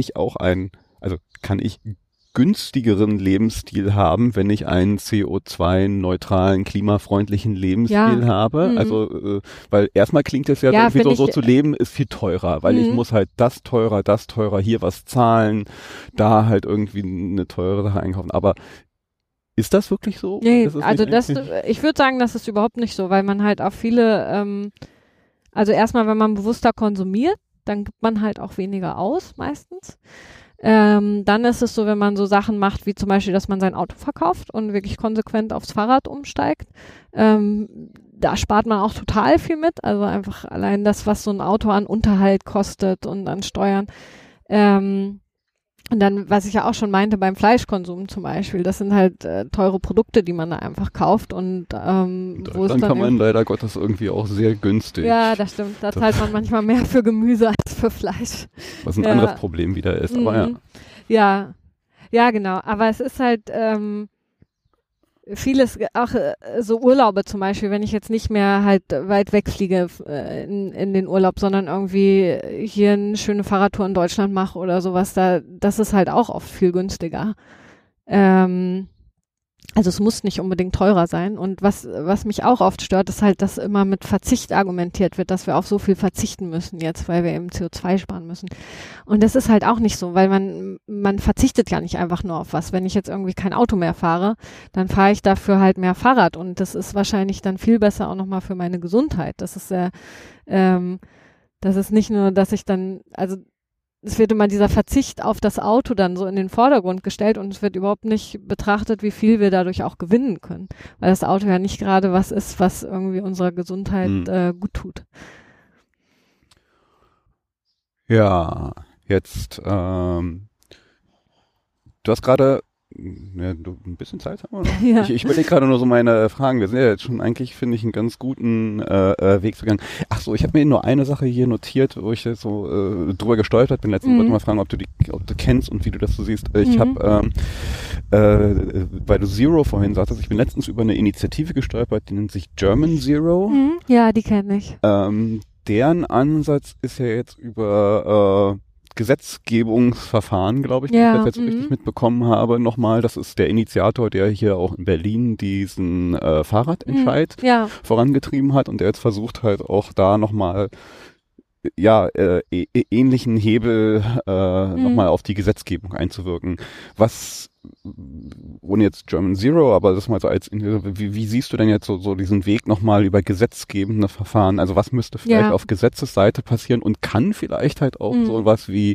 günstigeren Lebensstil haben, wenn ich einen CO2-neutralen, klimafreundlichen Lebensstil habe? Also, weil erstmal klingt es ja irgendwie so zu leben ist viel teurer, weil ich muss halt das teurer, hier was zahlen, da halt irgendwie eine teure Sache einkaufen, aber ist das wirklich so? Nee, also ich würde sagen, das ist überhaupt nicht so, weil man halt auch viele, also erstmal, wenn man bewusster konsumiert, dann gibt man halt auch weniger aus, meistens. Dann ist es so, wenn man so Sachen macht, wie zum Beispiel, dass man sein Auto verkauft und wirklich konsequent aufs Fahrrad umsteigt. Da spart man auch total viel mit. Also einfach allein das, was so ein Auto an Unterhalt kostet und an Steuern. Und dann, was ich ja auch schon meinte, beim Fleischkonsum zum Beispiel, das sind halt teure Produkte, die man da einfach kauft und wo es dann kann man leider Gottes irgendwie auch sehr günstig. Ja, das stimmt. Da zahlt man manchmal mehr für Gemüse als für Fleisch. Was ein anderes Problem wieder ist, aber ja. Ja, genau. Aber es ist halt vieles, auch so Urlaube zum Beispiel, wenn ich jetzt nicht mehr halt weit wegfliege in den Urlaub, sondern irgendwie hier eine schöne Fahrradtour in Deutschland mache oder sowas, das ist halt auch oft viel günstiger. Also es muss nicht unbedingt teurer sein. Und was mich auch oft stört, ist halt, dass immer mit Verzicht argumentiert wird, dass wir auf so viel verzichten müssen jetzt, weil wir eben CO2 sparen müssen. Und das ist halt auch nicht so, weil man verzichtet ja nicht einfach nur auf was. Wenn ich jetzt irgendwie kein Auto mehr fahre, dann fahre ich dafür halt mehr Fahrrad. Und das ist wahrscheinlich dann viel besser auch nochmal für meine Gesundheit. Das ist das ist nicht nur, dass ich dann, also es wird immer dieser Verzicht auf das Auto dann so in den Vordergrund gestellt und es wird überhaupt nicht betrachtet, wie viel wir dadurch auch gewinnen können. Weil das Auto ja nicht gerade was ist, was irgendwie unserer Gesundheit gut tut. Ja, jetzt, du hast gerade ein bisschen Zeit haben wir noch. Ja. Ich überlege gerade nur so meine Fragen. Wir sind ja jetzt schon eigentlich, finde ich, einen ganz guten Weg gegangen. Ach so, ich habe mir nur eine Sache hier notiert, wo ich jetzt so drüber gestolpert bin. Letztens wollte mal fragen, ob du kennst und wie du das so siehst. Ich habe, weil du Zero vorhin sagtest, ich bin letztens über eine Initiative gestolpert, die nennt sich German Zero. Ja, die kenne ich. Deren Ansatz ist ja jetzt über Gesetzgebungsverfahren, glaube ich, wenn ich das jetzt richtig mitbekommen habe, nochmal. Das ist der Initiator, der hier auch in Berlin diesen Fahrradentscheid vorangetrieben hat und der jetzt versucht halt auch da nochmal ähnlichen Hebel nochmal auf die Gesetzgebung einzuwirken. Was, ohne jetzt German Zero, aber das mal so als, wie siehst du denn jetzt so diesen Weg nochmal über gesetzgebende Verfahren? Also was müsste vielleicht auf Gesetzesseite passieren und kann vielleicht halt auch sowas wie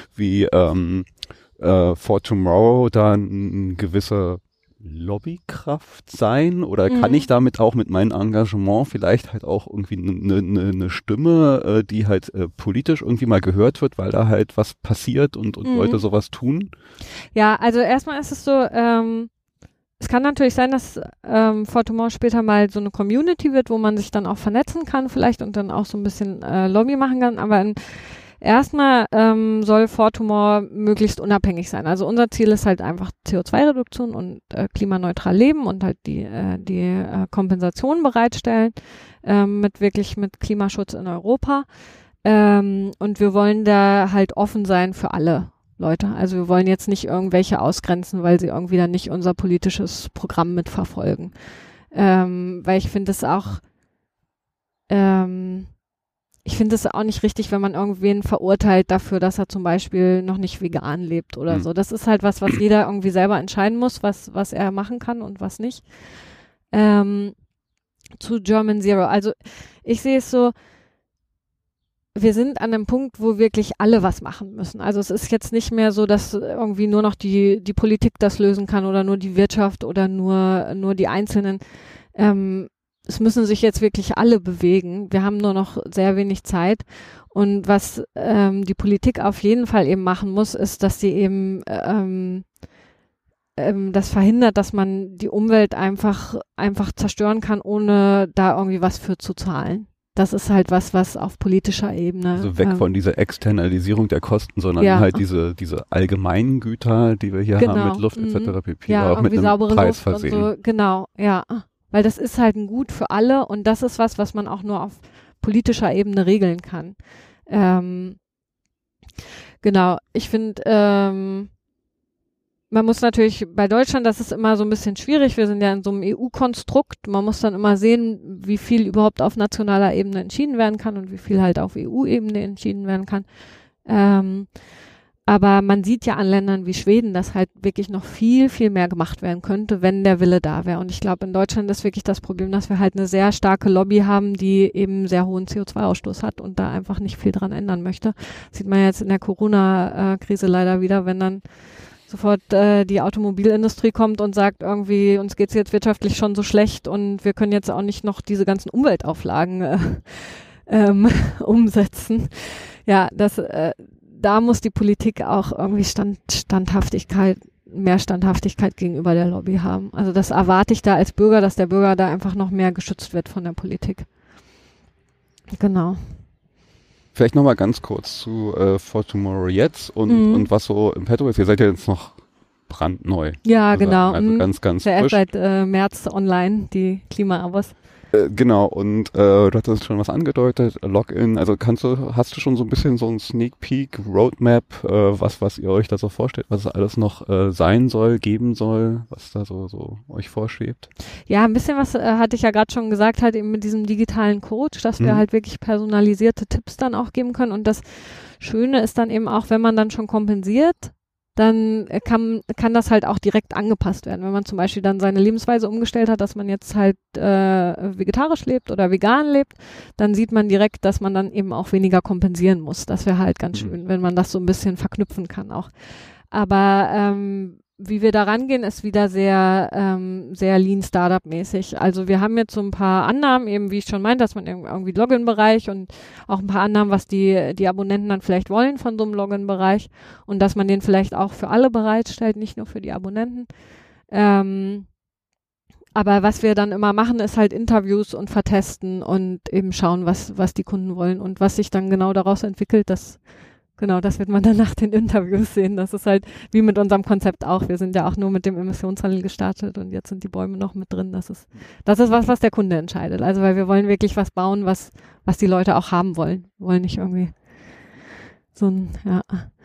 For Tomorrow da eine gewisse Lobbykraft sein oder kann ich damit auch mit meinem Engagement vielleicht halt auch irgendwie eine Stimme, die halt politisch irgendwie mal gehört wird, weil da halt was passiert und Leute sowas tun? Ja, also erstmal ist es so, es kann natürlich sein, dass For Tomorrow später mal so eine Community wird, wo man sich dann auch vernetzen kann vielleicht und dann auch so ein bisschen Lobby machen kann, aber erstmal soll For Tomorrow möglichst unabhängig sein. Also unser Ziel ist halt einfach CO2-Reduktion und klimaneutral leben und halt die Kompensation bereitstellen mit Klimaschutz in Europa. Und wir wollen da halt offen sein für alle Leute. Also wir wollen jetzt nicht irgendwelche ausgrenzen, weil sie irgendwie dann nicht unser politisches Programm mitverfolgen. Weil ich finde es auch ich finde es auch nicht richtig, wenn man irgendwen verurteilt dafür, dass er zum Beispiel noch nicht vegan lebt oder so. Das ist halt was jeder irgendwie selber entscheiden muss, was er machen kann und was nicht. Zu German Zero. Also ich sehe es so, wir sind an einem Punkt, wo wirklich alle was machen müssen. Also es ist jetzt nicht mehr so, dass irgendwie nur noch die Politik das lösen kann oder nur die Wirtschaft oder nur die Einzelnen. Es müssen sich jetzt wirklich alle bewegen. Wir haben nur noch sehr wenig Zeit. Und was die Politik auf jeden Fall eben machen muss, ist, dass sie eben das verhindert, dass man die Umwelt einfach zerstören kann, ohne da irgendwie was für zu zahlen. Das ist halt was auf politischer Ebene. Also weg von dieser Externalisierung der Kosten, sondern halt diese allgemeinen Güter, die wir hier haben mit Luft etc. pp. Auch mit einem Preis versehen. Und so. Genau, ja. Weil das ist halt ein Gut für alle und das ist was man auch nur auf politischer Ebene regeln kann. Genau, ich finde, man muss natürlich bei Deutschland, das ist immer so ein bisschen schwierig, wir sind ja in so einem EU-Konstrukt, man muss dann immer sehen, wie viel überhaupt auf nationaler Ebene entschieden werden kann und wie viel halt auf EU-Ebene entschieden werden kann. Aber man sieht ja an Ländern wie Schweden, dass halt wirklich noch viel, viel mehr gemacht werden könnte, wenn der Wille da wäre. Und ich glaube, in Deutschland ist wirklich das Problem, dass wir halt eine sehr starke Lobby haben, die eben sehr hohen CO2-Ausstoß hat und da einfach nicht viel dran ändern möchte. Das sieht man jetzt in der Corona-Krise leider wieder, wenn dann sofort die Automobilindustrie kommt und sagt irgendwie, uns geht's jetzt wirtschaftlich schon so schlecht und wir können jetzt auch nicht noch diese ganzen Umweltauflagen umsetzen. Ja, da muss die Politik auch irgendwie mehr Standhaftigkeit gegenüber der Lobby haben. Also das erwarte ich da als Bürger, dass der Bürger da einfach noch mehr geschützt wird von der Politik. Genau. Vielleicht nochmal ganz kurz zu For Tomorrow jetzt und was so im Petto ist. Ihr seid ja jetzt noch brandneu. Ja, genau. Also ganz frisch. Erst seit März online, die Klima-Abos. Genau, und du hattest schon was angedeutet, Login, also hast du schon so ein bisschen so ein Sneak Peek, Roadmap, was ihr euch da so vorstellt, was alles noch sein soll, geben soll, was da so euch vorschwebt? Ja, ein bisschen was hatte ich ja gerade schon gesagt, halt eben mit diesem digitalen Coach, dass wir halt wirklich personalisierte Tipps dann auch geben können und das Schöne ist dann eben auch, wenn man dann schon kompensiert, dann kann das halt auch direkt angepasst werden. Wenn man zum Beispiel dann seine Lebensweise umgestellt hat, dass man jetzt halt vegetarisch lebt oder vegan lebt, dann sieht man direkt, dass man dann eben auch weniger kompensieren muss. Das wäre halt ganz schön, wenn man das so ein bisschen verknüpfen kann auch. Aber wie wir da rangehen, ist wieder sehr Lean Startup-mäßig. Also wir haben jetzt so ein paar Annahmen, eben wie ich schon meinte, dass man irgendwie Login-Bereich und auch ein paar Annahmen, was die Abonnenten dann vielleicht wollen von so einem Login-Bereich und dass man den vielleicht auch für alle bereitstellt, nicht nur für die Abonnenten. Aber was wir dann immer machen, ist halt Interviews und vertesten und eben schauen, was die Kunden wollen und was sich dann genau daraus entwickelt, das wird man dann nach den Interviews sehen. Das ist halt wie mit unserem Konzept auch. Wir sind ja auch nur mit dem Emissionshandel gestartet und jetzt sind die Bäume noch mit drin. Das ist was der Kunde entscheidet. Also weil wir wollen wirklich was bauen, was die Leute auch haben wollen. Wir wollen nicht irgendwie so ein, ja.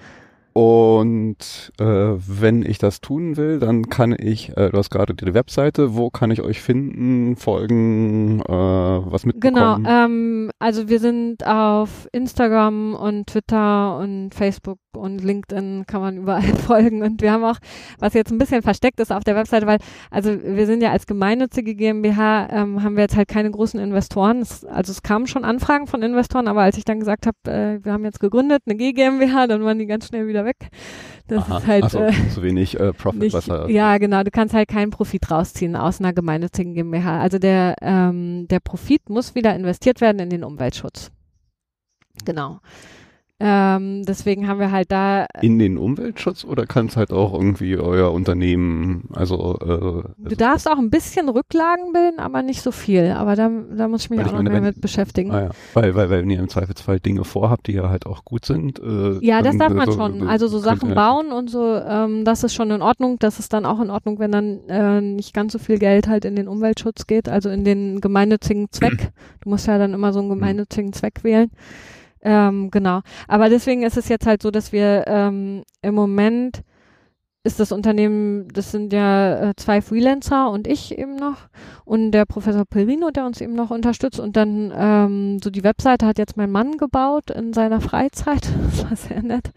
Und wenn ich das tun will, dann kann ich, du hast gerade die Webseite, wo kann ich euch finden, folgen, was mitbekommen? Genau, also wir sind auf Instagram und Twitter und Facebook und LinkedIn kann man überall folgen und wir haben auch, was jetzt ein bisschen versteckt ist auf der Webseite, weil, also wir sind ja als gemeinnützige GmbH, haben wir jetzt halt keine großen Investoren, es kamen schon Anfragen von Investoren, aber als ich dann gesagt habe, wir haben jetzt gegründet, eine GmbH, dann waren die ganz schnell wieder weg. Das ist halt zu wenig Profit, nicht, was er. Ja, genau, du kannst halt keinen Profit rausziehen aus einer gemeinnützigen GmbH. Also der Profit muss wieder investiert werden in den Umweltschutz. Genau. Deswegen haben wir halt da... In den Umweltschutz oder kann es halt auch irgendwie euer Unternehmen, du darfst auch ein bisschen Rücklagen bilden, aber nicht so viel. Aber da muss ich mich auch noch mehr mit beschäftigen. Ja. Weil wenn ihr im Zweifelsfall Dinge vorhabt, die ja halt auch gut sind. Ja, das darf man schon. Also so Sachen bauen und so, das ist schon in Ordnung. Das ist dann auch in Ordnung, wenn dann nicht ganz so viel Geld halt in den Umweltschutz geht, also in den gemeinnützigen Zweck. Du musst ja dann immer so einen gemeinnützigen Zweck wählen. Genau. Aber deswegen ist es jetzt halt so, dass wir im Moment ist das Unternehmen, das sind ja 2 Freelancer und ich eben noch und der Professor Perino, der uns eben noch unterstützt und dann so die Webseite hat jetzt mein Mann gebaut in seiner Freizeit, das war sehr nett.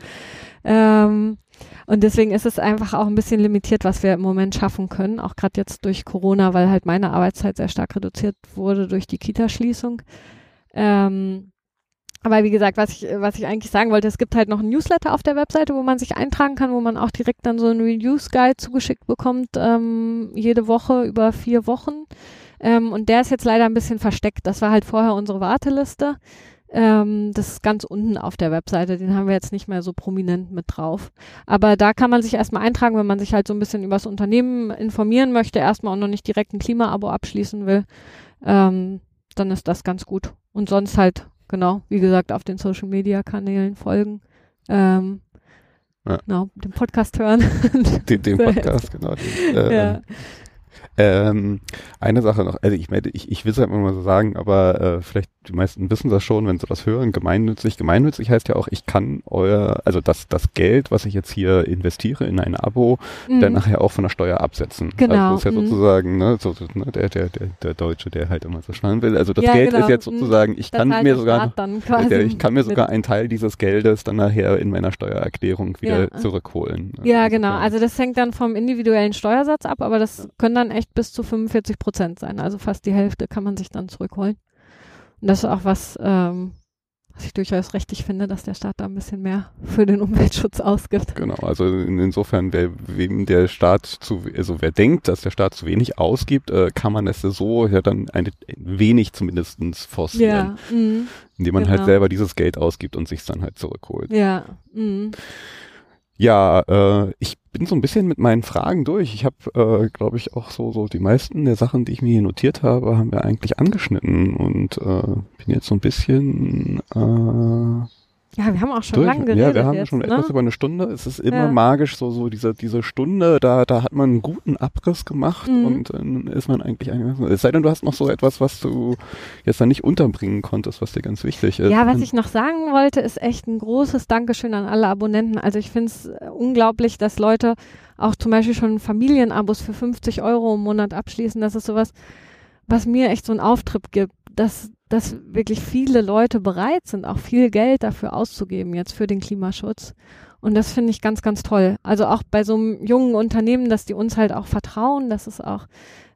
Und deswegen ist es einfach auch ein bisschen limitiert, was wir im Moment schaffen können, auch gerade jetzt durch Corona, weil halt meine Arbeitszeit sehr stark reduziert wurde durch die Kita-Schließung. Aber wie gesagt, was ich eigentlich sagen wollte, es gibt halt noch einen Newsletter auf der Webseite, wo man sich eintragen kann, wo man auch direkt dann so einen Reviews-Guide zugeschickt bekommt, jede Woche über 4 Wochen. Und der ist jetzt leider ein bisschen versteckt. Das war halt vorher unsere Warteliste. Das ist ganz unten auf der Webseite, den haben wir jetzt nicht mehr so prominent mit drauf. Aber da kann man sich erstmal eintragen, wenn man sich halt so ein bisschen über das Unternehmen informieren möchte, erstmal und noch nicht direkt ein Klima-Abo abschließen will, dann ist das ganz gut. Und sonst halt, genau, wie gesagt, auf den Social-Media-Kanälen folgen, genau, den Podcast hören. Den Podcast, genau. Ja. Eine Sache noch, also ich will es halt immer so sagen, aber vielleicht die meisten wissen das schon, wenn sie das hören, gemeinnützig. Gemeinnützig heißt ja auch, ich kann also das Geld, was ich jetzt hier investiere in ein Abo, dann nachher auch von der Steuer absetzen. Genau. Also das ist ja sozusagen, ne, der Deutsche, der halt immer so schnallen will. Also das Geld ist jetzt sozusagen, ich kann mir sogar einen Teil dieses Geldes dann nachher in meiner Steuererklärung wieder zurückholen. Ja, genau. Also das hängt dann vom individuellen Steuersatz ab, aber das können dann echt bis zu 45% sein. Also fast die Hälfte kann man sich dann zurückholen. Und das ist auch was ich durchaus richtig finde, dass der Staat da ein bisschen mehr für den Umweltschutz ausgibt. Genau, also insofern, wer denkt, dass der Staat zu wenig ausgibt, kann man es so ja dann ein wenig zumindest forcieren. Ja, indem man halt selber dieses Geld ausgibt und sich es dann halt zurückholt. Ja, Ja, ich bin so ein bisschen mit meinen Fragen durch. Ich habe, glaube ich, auch so die meisten der Sachen, die ich mir hier notiert habe, haben wir eigentlich angeschnitten und bin jetzt so ein bisschen ja, wir haben auch schon lange geredet. Ja, wir haben schon etwas über eine Stunde. Es ist immer magisch, so diese Stunde, da hat man einen guten Abriss gemacht und dann ist man eigentlich es sei denn, du hast noch so etwas, was du jetzt dann nicht unterbringen konntest, was dir ganz wichtig ist. Ja, was ich noch sagen wollte, ist echt ein großes Dankeschön an alle Abonnenten. Also ich finde es unglaublich, dass Leute auch zum Beispiel schon Familienabos für 50 € im Monat abschließen. Das ist sowas, was mir echt so einen Auftrieb gibt, dass wirklich viele Leute bereit sind, auch viel Geld dafür auszugeben jetzt für den Klimaschutz. Und das finde ich ganz, ganz toll. Also auch bei so einem jungen Unternehmen, dass die uns halt auch vertrauen, das ist auch,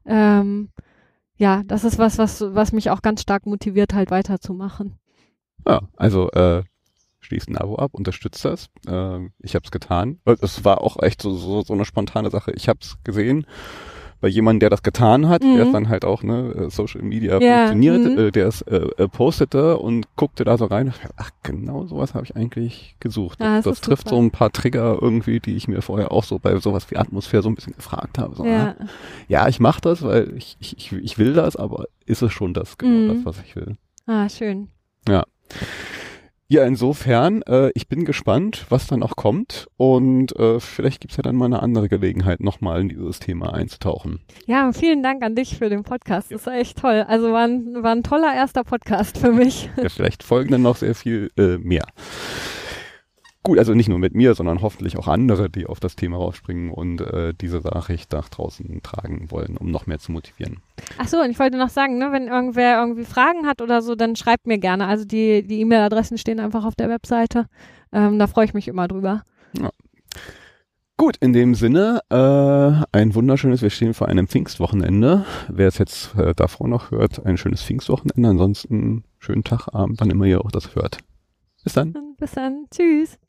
das ist was mich auch ganz stark motiviert, halt weiterzumachen. Ja, also schließt ein Abo ab, unterstützt das. Ich habe es getan. Es war auch echt so eine spontane Sache. Ich habe es gesehen bei jemandem, der das getan hat, der es dann halt auch Social Media funktioniert, der es postete und guckte da so rein. Ach, genau sowas habe ich eigentlich gesucht. Ja, das trifft so ein paar Trigger irgendwie, die ich mir vorher auch so bei sowas wie Atmosphäre so ein bisschen gefragt habe. So, ja, ich mache das, weil ich will das, aber ist es schon das was ich will? Ah, schön. Ja. Ja, insofern, ich bin gespannt, was dann auch kommt und vielleicht gibt's ja dann mal eine andere Gelegenheit, nochmal in dieses Thema einzutauchen. Ja, vielen Dank an dich für den Podcast. Das war echt toll. Also war ein toller erster Podcast für mich. Ja, vielleicht folgen dann noch sehr viel mehr. Gut, also nicht nur mit mir, sondern hoffentlich auch andere, die auf das Thema rausspringen und diese Nachricht nach draußen tragen wollen, um noch mehr zu motivieren. Ach so, und ich wollte noch sagen, ne, wenn irgendwer irgendwie Fragen hat oder so, dann schreibt mir gerne. Also die E-Mail-Adressen stehen einfach auf der Webseite. Da freue ich mich immer drüber. Ja. Gut, in dem Sinne, ein wunderschönes, wir stehen vor einem Pfingstwochenende. Wer es jetzt davor noch hört, ein schönes Pfingstwochenende. Ansonsten schönen Tag, Abend, wann immer ihr auch das hört. Bis dann. Bis dann. Tschüss.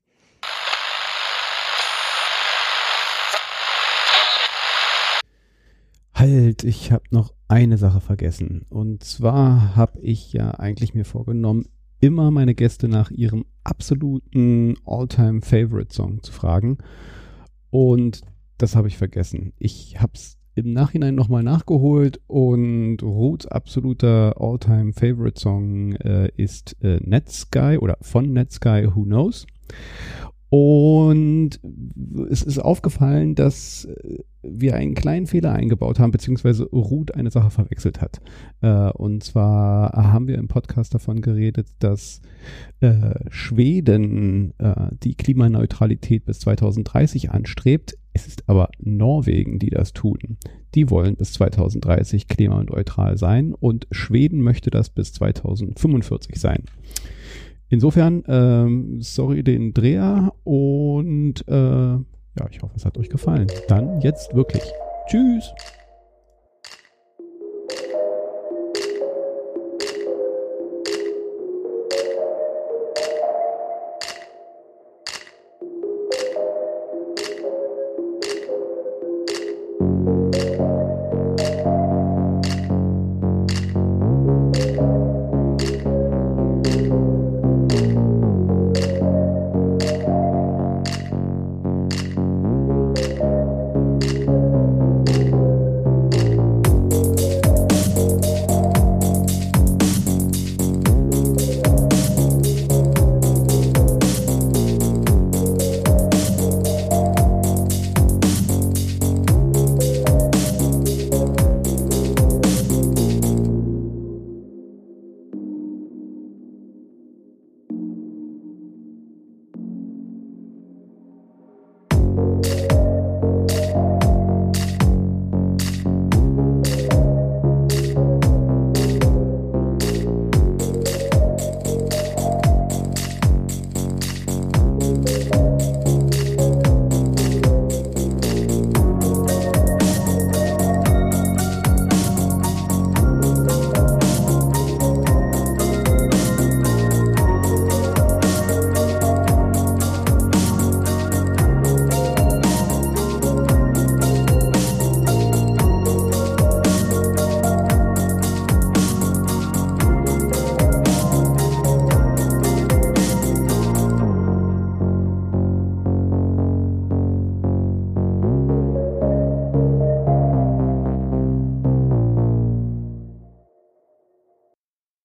Halt, ich habe noch eine Sache vergessen. Und zwar habe ich ja eigentlich mir vorgenommen, immer meine Gäste nach ihrem absoluten All-Time-Favorite-Song zu fragen. Und das habe ich vergessen. Ich habe es im Nachhinein nochmal nachgeholt und Ruths absoluter All-Time-Favorite-Song ist Netsky oder von Netsky, Who Knows. Und es ist aufgefallen, dass wir einen kleinen Fehler eingebaut haben, beziehungsweise Ruth eine Sache verwechselt hat. Und zwar haben wir im Podcast davon geredet, dass Schweden die Klimaneutralität bis 2030 anstrebt. Es ist aber Norwegen, die das tun. Die wollen bis 2030 klimaneutral sein und Schweden möchte das bis 2045 sein. Insofern, sorry den Dreher und ja, ich hoffe, es hat euch gefallen. Dann jetzt wirklich. Tschüss!